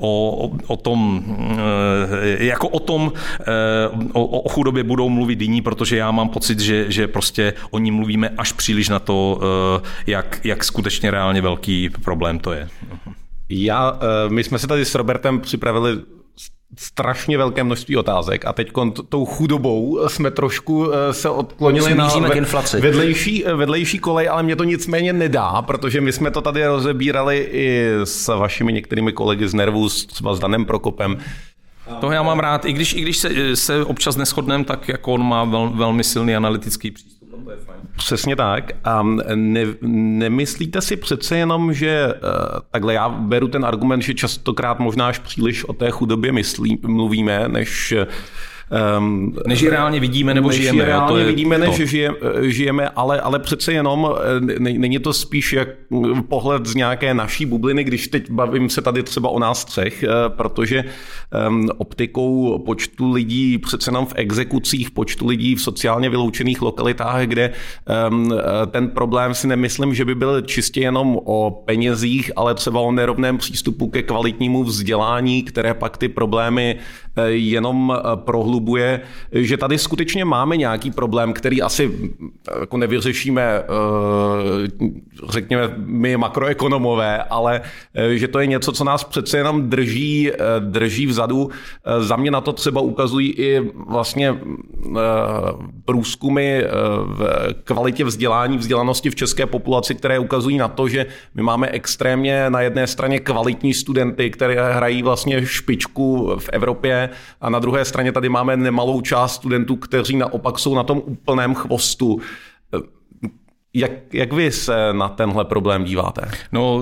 [SPEAKER 4] o chudobě budou mluvit jiní, protože já mám pocit, že prostě o ní mluvíme až příliš na to, jak skutečně reálně velký problém to je.
[SPEAKER 3] My jsme se tady s Robertem připravili strašně velké množství otázek a teď tou chudobou jsme trošku se odklonili na vedlejší kolej, ale mě to nicméně nedá, protože my jsme to tady rozebírali i s vašimi některými kolegy z Nervus, třeba s Danem Prokopem.
[SPEAKER 4] To já mám rád, i když se občas neshodneme, tak jako on má velmi silný analytický přístup. To je fajn.
[SPEAKER 3] Přesně tak. A nemyslíte si přece jenom, že takhle já beru ten argument, že častokrát možná až příliš o té chudobě mluvíme, než
[SPEAKER 4] ji reálně vidíme nebo žijeme.
[SPEAKER 3] Žijeme, ale přece jenom není to spíš jak pohled z nějaké naší bubliny, když teď bavím se tady třeba o nás třech, protože optikou počtu lidí přece jenom v exekucích, počtu lidí v sociálně vyloučených lokalitách, kde ten problém si nemyslím, že by byl čistě jenom o penězích, ale třeba o nerovném přístupu ke kvalitnímu vzdělání, které pak ty problémy jenom prohlubuje, že tady skutečně máme nějaký problém, který asi jako nevyřešíme, řekněme, my makroekonomové, ale že to je něco, co nás přece jenom drží vzadu. Za mě na to třeba ukazují i vlastně průzkumy v kvalitě vzdělanosti v české populaci, které ukazují na to, že my máme extrémně na jedné straně kvalitní studenty, které hrají vlastně špičku v Evropě, a na druhé straně tady máme nemalou část studentů, kteří naopak jsou na tom úplném chvostu. Jak vy se na tenhle problém díváte?
[SPEAKER 4] No,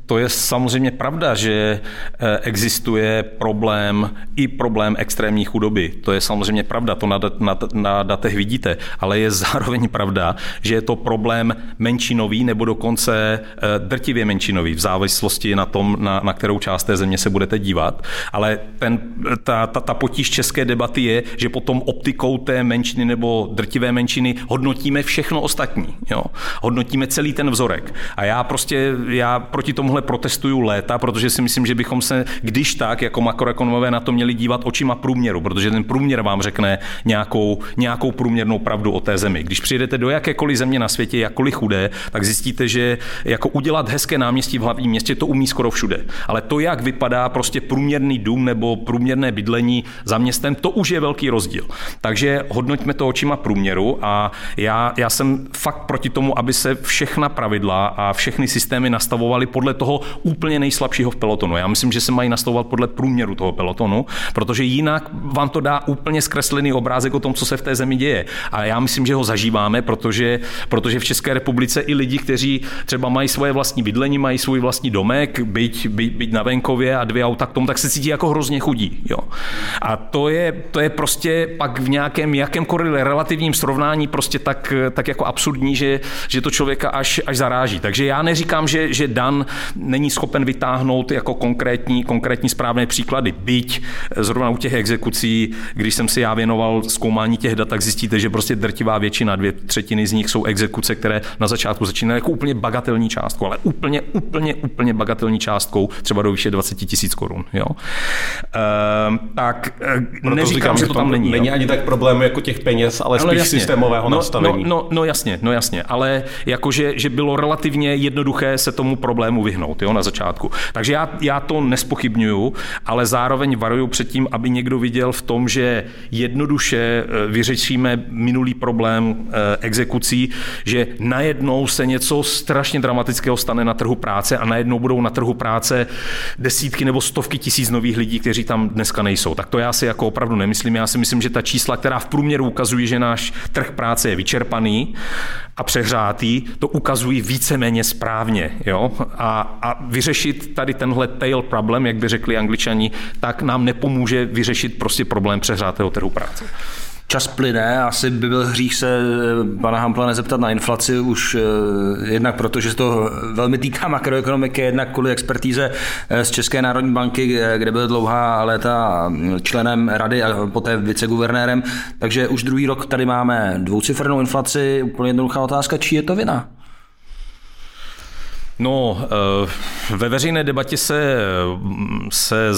[SPEAKER 4] to je samozřejmě pravda, že existuje problém extrémní chudoby. To je samozřejmě pravda, to na datech vidíte, ale je zároveň pravda, že je to problém menšinový nebo dokonce drtivě menšinový v závislosti na tom, na kterou část té země se budete dívat. Ale ta potíž české debaty je, že potom optikou té menšiny nebo drtivé menšiny hodnotíme všechno ostatní. Jo? Hodnotíme celý ten vzorek. A já proti tomuhle protestuju léta, protože si myslím, že bychom se když tak jako makroekonomové na to měli dívat očima průměru, protože ten průměr vám řekne nějakou průměrnou pravdu o té zemi. Když přijedete do jakékoliv země na světě, jakkoliv chudé, tak zjistíte, že jako udělat hezké náměstí v hlavním městě to umí skoro všude. Ale to, jak vypadá prostě průměrný dům nebo průměrné bydlení za městem, to už je velký rozdíl. Takže hodnoťme to očima průměru a já jsem fakt proti tomu, aby se všechna pravidla a všechny systémy nastavovaly podle toho úplně nejslabšího v pelotonu. Já myslím, že se mají nastavovat podle průměru toho pelotonu, protože jinak vám to dá úplně zkreslený obrázek o tom, co se v té zemi děje. A já myslím, že ho zažíváme, protože v České republice i lidi, kteří třeba mají svoje vlastní bydlení, mají svůj vlastní domek, byť na venkově a 2 auta k tomu, tak se cítí jako hrozně chudí. Jo. A to je prostě pak v nějakém jakémkoliv relativním srovnání prostě tak jako absurdní, že to člověka až zaráží. Takže já neříkám, že Dan není schopen vytáhnout jako konkrétní správné příklady. Byť zrovna u těch exekucí, když jsem si já věnoval zkoumání těch dat, tak zjistíte, že prostě drtivá většina, 2/3 z nich jsou exekuce, které na začátku začínají jako úplně bagatelní částkou, ale úplně bagatelní částkou, třeba do výše 20 000 korun. Jo? Tak neříkám, že to tam není.
[SPEAKER 3] Není ani tak problém jako těch peněz, ale spíš systémového nastavení.
[SPEAKER 4] No jasně, ale jakože že bylo relativně jednoduché se tomu problému vyhnout, jo, na začátku. Takže já to nespochybňuju, ale zároveň varuju před tím, aby někdo viděl v tom, že jednoduše vyřešíme minulý problém exekucí, že najednou se něco strašně dramatického stane na trhu práce a najednou budou na trhu práce desítky nebo stovky tisíc nových lidí, kteří tam dneska nejsou. Tak to já si jako opravdu nemyslím. Já si myslím, že ta čísla, která v průměru ukazují, že náš trh práce je vyčerpaný a přehřátý, to ukazují víceméně správně. Jo? A vyřešit tady tenhle tail problem, jak by řekli Angličani, tak nám nepomůže vyřešit prostě problém přehřátého trhu práce.
[SPEAKER 2] Čas plyne, asi by byl hřích se pana Hampla nezeptat na inflaci, už jednak proto, že se to velmi týká makroekonomiky, jednak kvůli expertíze z České národní banky, kde byl dlouhá léta členem rady a poté viceguvernérem. Takže už druhý rok tady máme dvoucifernou inflaci. Úplně jednoduchá otázka, čí je to vina?
[SPEAKER 4] No, ve veřejné debatě se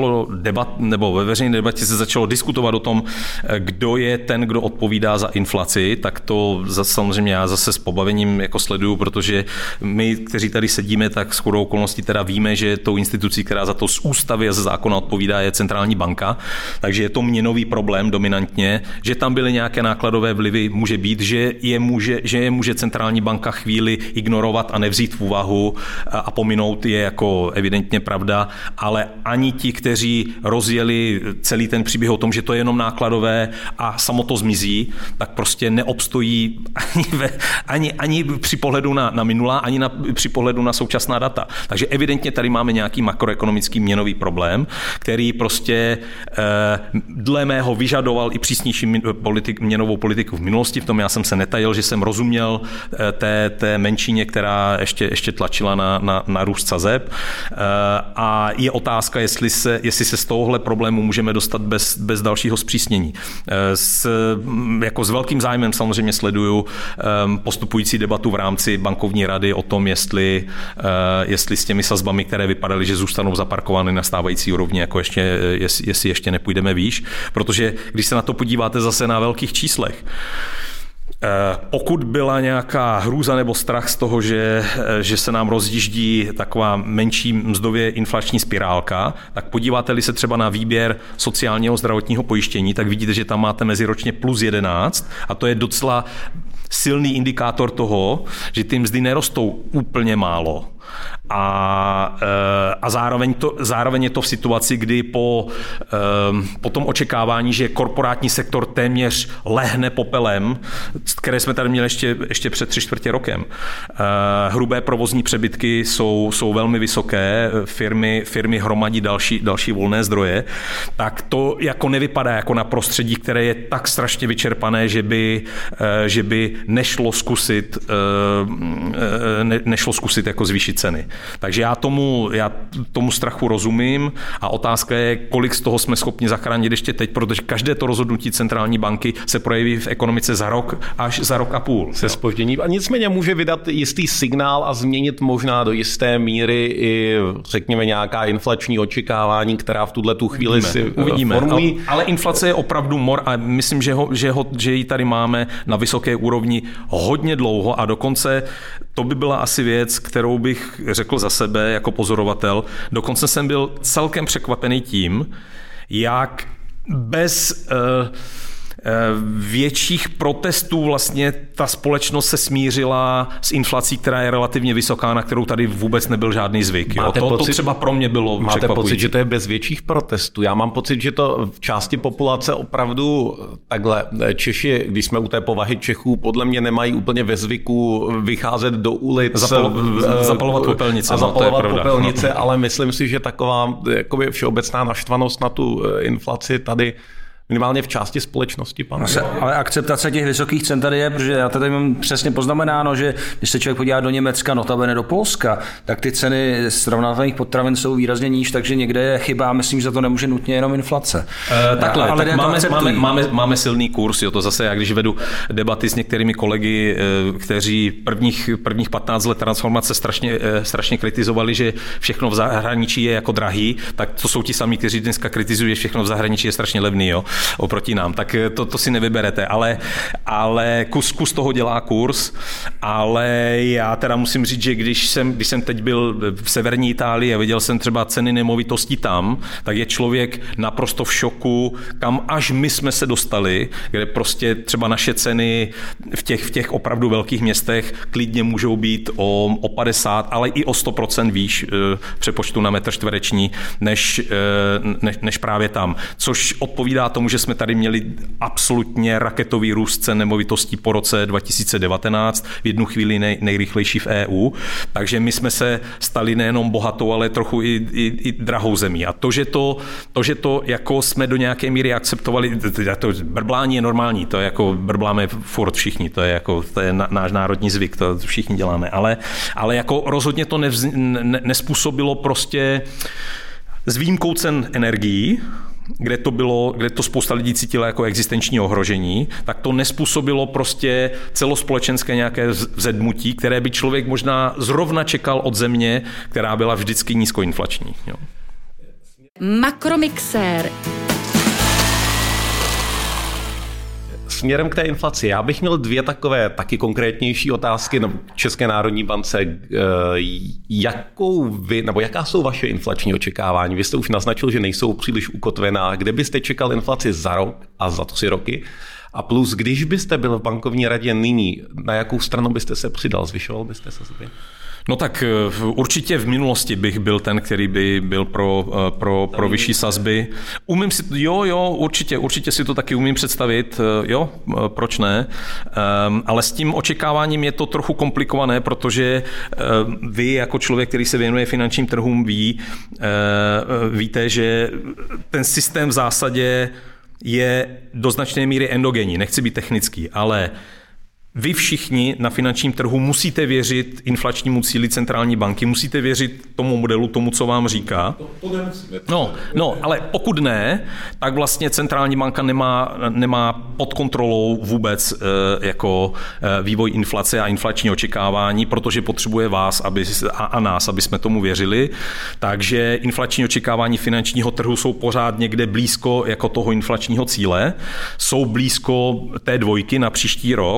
[SPEAKER 4] začalo diskutovat o tom, kdo je ten, kdo odpovídá za inflaci, tak to samozřejmě já zase s pobavením jako sleduju, protože my, kteří tady sedíme, tak shodou okolností teda víme, že tou institucí, která za to z ústavy a ze zákona odpovídá, je centrální banka, takže je to měnový problém dominantně, že tam byly nějaké nákladové vlivy, může být, že je může centrální banka chvíli ignorovat a nevzít v úvahu a pominout, je jako evidentně pravda, ale ani ti, kteří rozjeli celý ten příběh o tom, že to je jenom nákladové a samo to zmizí, tak prostě neobstojí ani při pohledu na minulá, ani při pohledu na současná data. Takže evidentně tady máme nějaký makroekonomický měnový problém, který prostě dle mého vyžadoval i přísnější měnovou politiku v minulosti. V tom já jsem se netajil, že jsem rozuměl té menšině, která ještě tlačila na růst sazeb. A je otázka, jestli se z tohohle problému můžeme dostat bez dalšího zpřísnění. S velkým zájmem samozřejmě sleduju postupující debatu v rámci bankovní rady o tom, jestli s těmi sazbami, které vypadaly, že zůstanou zaparkovány na stávající úrovni, jako jestli ještě nepůjdeme výš, protože když se na to podíváte zase na velkých číslech, pokud byla nějaká hrůza nebo strach z toho, že se nám rozjíždí taková menší mzdově inflační spirálka, tak podíváte-li se třeba na výběr sociálního zdravotního pojištění, tak vidíte, že tam máte meziročně +11 a to je docela silný indikátor toho, že ty mzdy nerostou úplně málo, A zároveň je to v situaci, kdy po tom očekávání, že korporátní sektor téměř lehne popelem, které jsme tady měli ještě před 3/4 rokem. Hrubé provozní přebytky jsou velmi vysoké, firmy hromadí další volné zdroje, tak to jako nevypadá jako na prostředí, které je tak strašně vyčerpané, že by nešlo zkusit jako zvýšit ceny. Takže já tomu strachu rozumím a otázka je, kolik z toho jsme schopni zachránit ještě teď, protože každé to rozhodnutí centrální banky se projeví v ekonomice za rok až za rok a půl.
[SPEAKER 3] Se zpoždění. A nicméně může vydat jistý signál a změnit možná do jisté míry i, řekněme, nějaká inflační očekávání, která v tuhletu chvíli
[SPEAKER 4] uvidíme.
[SPEAKER 3] Formují.
[SPEAKER 4] Ale inflace je opravdu mor a myslím, že ji tady máme na vysoké úrovni hodně dlouho a dokonce to by byla asi věc, kterou bych řekl za sebe jako pozorovatel. Dokonce jsem byl celkem překvapený tím, jak bez větších protestů vlastně ta společnost se smířila s inflací, která je relativně vysoká, na kterou tady vůbec nebyl žádný zvyk. To třeba pro mě bylo překvapující.
[SPEAKER 3] Máte pocit, že to je bez větších protestů? Já mám pocit, že to v části populace opravdu takhle. Češi, když jsme u té povahy Čechů, podle mě nemají úplně ve zvyku vycházet do ulic.
[SPEAKER 4] Zapalovat popelnice.
[SPEAKER 3] A zapalovat popelnice, ale myslím si, že taková jakoby všeobecná naštvanost na tu inflaci tady minimálně v části společnosti panuje.
[SPEAKER 2] Ale akceptace těch vysokých cen tady je, protože já tady mám přesně poznamenáno, že když se člověk podívá do Německa, notabene do Polska, tak ty ceny srovnatelných potravin jsou výrazně níž, takže někde je chyba, myslím, že za to nemůže nutně jenom inflace.
[SPEAKER 4] Máme silný kurz, to zase já když vedu debaty s některými kolegy, kteří prvních 15 let transformace strašně kritizovali, že všechno v zahraničí je jako drahý, tak to jsou ti samí, kteří dneska kritizují, že všechno v zahraničí je strašně levný, jo, oproti nám. Tak to si nevyberete, ale kus toho dělá kurz, ale já teda musím říct, že když jsem teď byl v severní Itálii a viděl jsem třeba ceny nemovitostí tam, tak je člověk naprosto v šoku, kam až my jsme se dostali, kde prostě třeba naše ceny v těch opravdu velkých městech klidně můžou být o 50, ale i o 100% výš přepočtu na metr čtvereční, než právě tam. Což odpovídá tomu, že jsme tady měli absolutně raketový růst cen nemovitostí po roce 2019, v jednu chvíli nejrychlejší v EU. Takže my jsme se stali nejenom bohatou, ale trochu i drahou zemí. A to, že to jako jsme do nějaké míry akceptovali, to brblání je normální, to je jako brbláme furt všichni, to je náš národní zvyk, to všichni děláme, ale jako rozhodně to nespůsobilo prostě s výjimkou cen energií, kde to spousta lidí cítila jako existenční ohrožení, tak to nespůsobilo prostě celospolečenské nějaké vzedmutí, které by člověk možná zrovna čekal od země, která byla vždycky nízkoinflační. Jo.
[SPEAKER 1] Makromixér.
[SPEAKER 3] Směrem k té inflaci. Já bych měl dvě takové taky konkrétnější otázky na České národní bance. Jaká jsou vaše inflační očekávání? Vy jste už naznačil, že nejsou příliš ukotvená. Kde byste čekal inflaci za rok a za 3 roky? A plus, když byste byl v bankovní radě nyní, na jakou stranu byste se přidal? Zvyšoval byste se sobě?
[SPEAKER 4] No tak určitě v minulosti bych byl ten, který by byl pro vyšší sazby. Umím si, určitě si to taky umím představit, proč ne, ale s tím očekáváním je to trochu komplikované, protože vy jako člověk, který se věnuje finančním trhům, víte, že ten systém v zásadě je do značné míry endogenní, nechci být technický, ale vy všichni na finančním trhu musíte věřit inflačnímu cíli centrální banky, musíte věřit tomu modelu, tomu, co vám říká.
[SPEAKER 3] To nemusíme.
[SPEAKER 4] No, ale pokud ne, tak vlastně centrální banka nemá pod kontrolou vůbec jako vývoj inflace a inflační očekávání, protože potřebuje vás a nás, aby jsme tomu věřili. Takže inflační očekávání finančního trhu jsou pořád někde blízko jako toho inflačního cíle, jsou blízko té 2 na příští rok, ale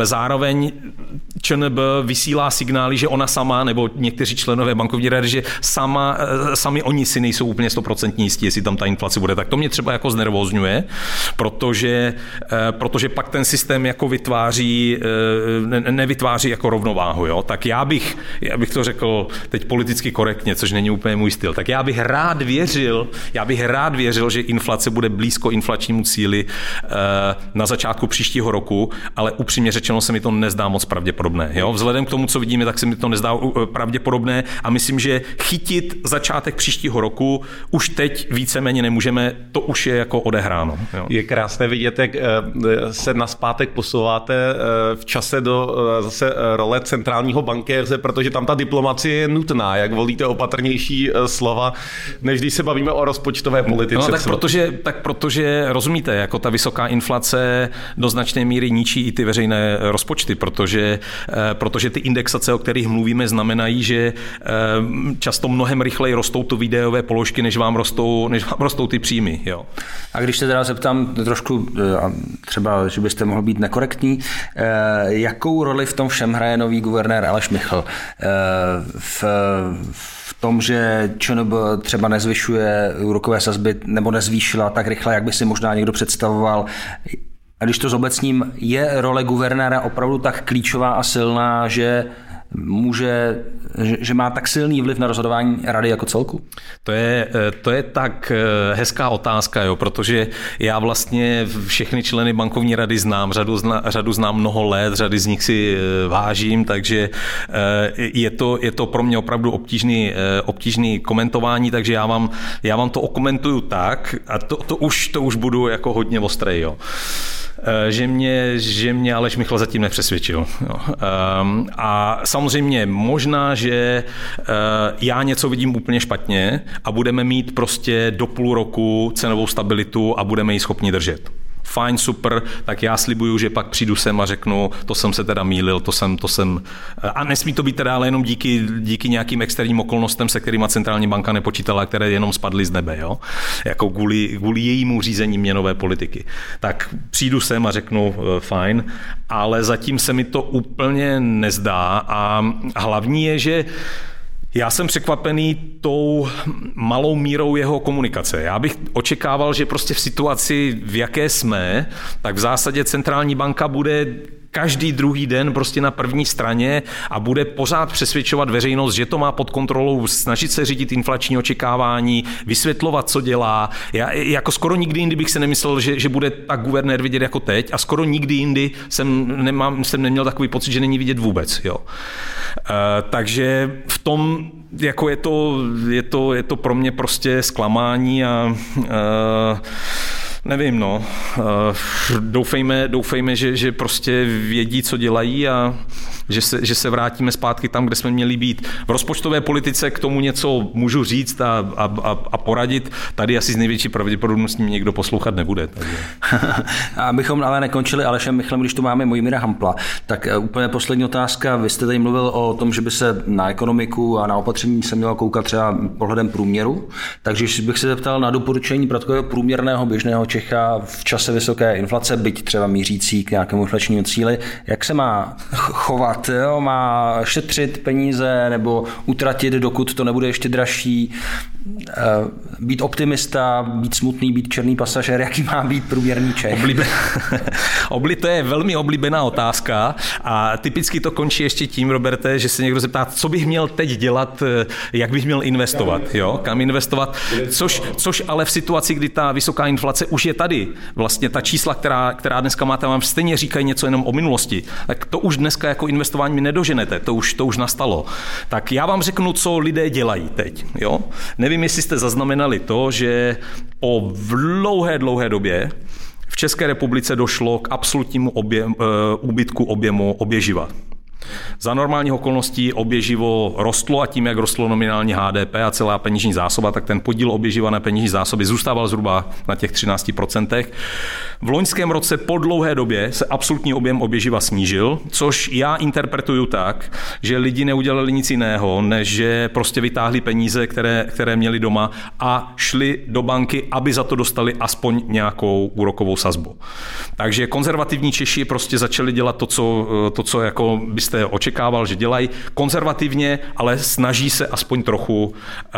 [SPEAKER 4] zároveň ČNB vysílá signály, že ona sama, nebo někteří členové bankovní rady, že sami oni si nejsou úplně 100% jistí, jestli tam ta inflace bude. Tak to mě třeba jako znervózňuje, protože pak ten systém jako nevytváří jako rovnováhu. Jo? Tak já bych to řekl teď politicky korektně, což není úplně můj styl, tak já bych rád věřil, že inflace bude blízko inflačnímu cíli na začátku příštího roku, ale upřímně řečeno se mi to nezdá moc pravděpodobné. Jo? Vzhledem k tomu, co vidíme, tak se mi to nezdá pravděpodobné a myslím, že chytit začátek příštího roku už teď víceméně nemůžeme, to už je jako odehráno. Jo?
[SPEAKER 3] Je krásné vidět, jak se nazpátek posouváte v čase do zase role centrálního bankéře, protože tam ta diplomacie je nutná, jak volíte opatrnější slova, než když se bavíme o rozpočtové politice.
[SPEAKER 4] No, protože rozumíte, jako ta vysoká inflace do značné míry ničí i ty veřejné rozpočty, protože ty indexace, o kterých mluvíme, znamenají, že často mnohem rychleji rostou ty výdajové položky, než vám rostou ty příjmy. Jo.
[SPEAKER 2] A když se teda zeptám trošku, třeba, že byste mohl být nekorektní, jakou roli v tom všem hraje nový guvernér Aleš Michl? V tom, že ČNB třeba nezvyšuje úrokové sazby nebo nezvýšila tak rychle, jak by si možná někdo představoval. A když to zobecním, je role guvernéra opravdu tak klíčová a silná, že má tak silný vliv na rozhodování rady jako celku?
[SPEAKER 4] To je tak hezká otázka, jo, protože já vlastně všechny členy bankovní rady znám, řadu znám mnoho let, řady z nich si vážím, takže je to pro mě opravdu obtížný komentování, takže já vám to okomentuju tak, a to už budu jako hodně ostrý, jo. Že mě Aleš Michl zatím nepřesvědčil. Jo. A samozřejmě možná, že já něco vidím úplně špatně a budeme mít prostě do půl roku cenovou stabilitu a budeme ji schopni držet. Fajn, super, tak já slibuju, že pak přijdu sem a řeknu, to jsem se teda mýlil, to jsem. A nesmí to být teda ale jenom díky nějakým externím okolnostem, se kterýma centrální banka nepočítala, které jenom spadly z nebe, jo? Jako kvůli jejímu řízení měnové politiky. Tak přijdu sem a řeknu, fajn, ale zatím se mi to úplně nezdá a hlavní je, že já jsem překvapený tou malou mírou jeho komunikace. Já bych očekával, že prostě v situaci, v jaké jsme, tak v zásadě centrální banka bude každý druhý den prostě na první straně a bude pořád přesvědčovat veřejnost, že to má pod kontrolou, snažit se řídit inflační očekávání, vysvětlovat, co dělá. Já jako skoro nikdy jindy bych se nemyslel, že bude tak guvernér vidět jako teď a skoro nikdy jindy jsem neměl takový pocit, že není vidět vůbec. Jo. Takže v tom jako je to pro mě prostě zklamání a nevím, no. Doufejme, že prostě vědí, co dělají a že se vrátíme zpátky tam, kde jsme měli být. V rozpočtové politice k tomu něco můžu říct a poradit. Tady asi z největší pravděpodobností někdo poslouchat nebude. Takže.
[SPEAKER 2] Abychom ale nekončili Alešem Michlem, když tu máme Mojmíra Hampla, tak úplně poslední otázka. Vy jste tady mluvil o tom, že by se na ekonomiku a na opatření se mělo koukat třeba pohledem průměru. Takže bych se zeptal na doporučení pro takového průměrného běžného Čecha v čase vysoké inflace, byť třeba mířící k nějakému inflačnímu cíli, jak se má chovat? Jo? Má šetřit peníze nebo utratit, dokud to nebude ještě dražší? Být optimista, být smutný, být černý pasažér, jaký má být průměrný Čech?
[SPEAKER 4] To je velmi oblíbená otázka a typicky to končí ještě tím, Roberte, že se někdo zeptá, co bych měl teď dělat, jak bych měl investovat, jo? Kam investovat, což ale v situaci, kdy ta vysoká inflace už je tady, vlastně ta čísla, která dneska máte, vám stejně říkají něco jenom o minulosti, tak to už dneska jako investování mi nedoženete, to už nastalo. Tak já vám řeknu, co lidé dělají teď, jo? Nevím, jestli jste zaznamenali to, že po dlouhé době v České republice došlo k absolutnímu úbytku objemu oběživa. za normálních okolností oběživo rostlo a tím, jak rostlo nominální HDP a celá peněžní zásoba, tak ten podíl oběživa na peněžní zásoby zůstával zhruba na těch 13%. V loňském roce po dlouhé době se absolutní objem oběživa snížil, což já interpretuju tak, že lidi neudělali nic jiného, než že prostě vytáhli peníze, které měli doma a šli do banky, aby za to dostali aspoň nějakou úrokovou sazbu. Takže konzervativní Češi prostě začali dělat to, co jako byste očekával, že dělají konzervativně, ale snaží se aspoň trochu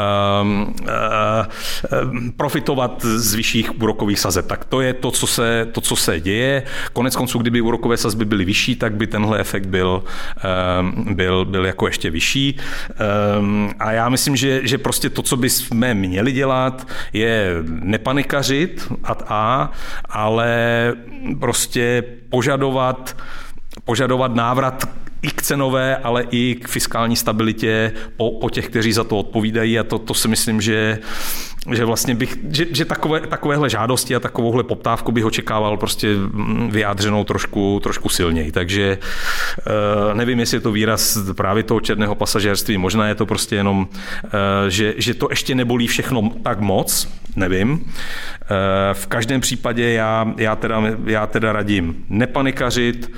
[SPEAKER 4] profitovat z vyšších úrokových sazeb. Tak to je to, co se děje. Konec konců, kdyby úrokové sazby byly vyšší, tak by tenhle efekt byl jako ještě vyšší. A já myslím, že prostě to, co bychom měli dělat, je nepanikařit, ale prostě požadovat návrat i k cenové, ale i k fiskální stabilitě po těch, kteří za to odpovídají, a to si myslím, že vlastně že takovéhle žádosti a takovouhle poptávku bych očekával prostě vyjádřenou trošku silněji. Takže nevím, jestli je to výraz právě toho černého pasažérství, možná je to prostě jenom, že to ještě nebolí všechno tak moc, nevím. V každém případě já teda radím nepanikařit,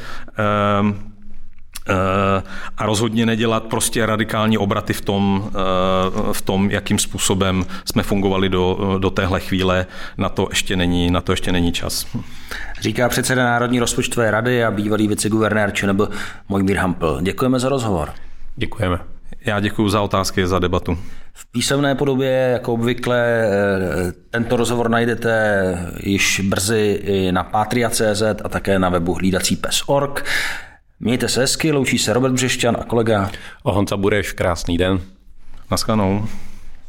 [SPEAKER 4] a rozhodně nedělat prostě radikální obraty v tom, jakým způsobem jsme fungovali do téhle chvíle. Na to ještě není čas.
[SPEAKER 2] Říká předseda Národní rozpočtové rady a bývalý viceguvernér ČNB Mojmír Hampl. Děkujeme za rozhovor.
[SPEAKER 3] Děkujeme.
[SPEAKER 4] Já děkuji za otázky, za debatu.
[SPEAKER 2] V písemné podobě, jako obvykle, tento rozhovor najdete již brzy i na patria.cz a také na webu hlídací pes.org. Mějte se hezky, loučí se Robert Břešťan a kolega
[SPEAKER 3] Honza Bureš, krásný den.
[SPEAKER 4] Naschledanou.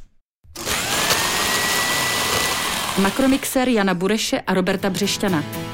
[SPEAKER 1] Makromixer Jana Bureše a Roberta Břešťana.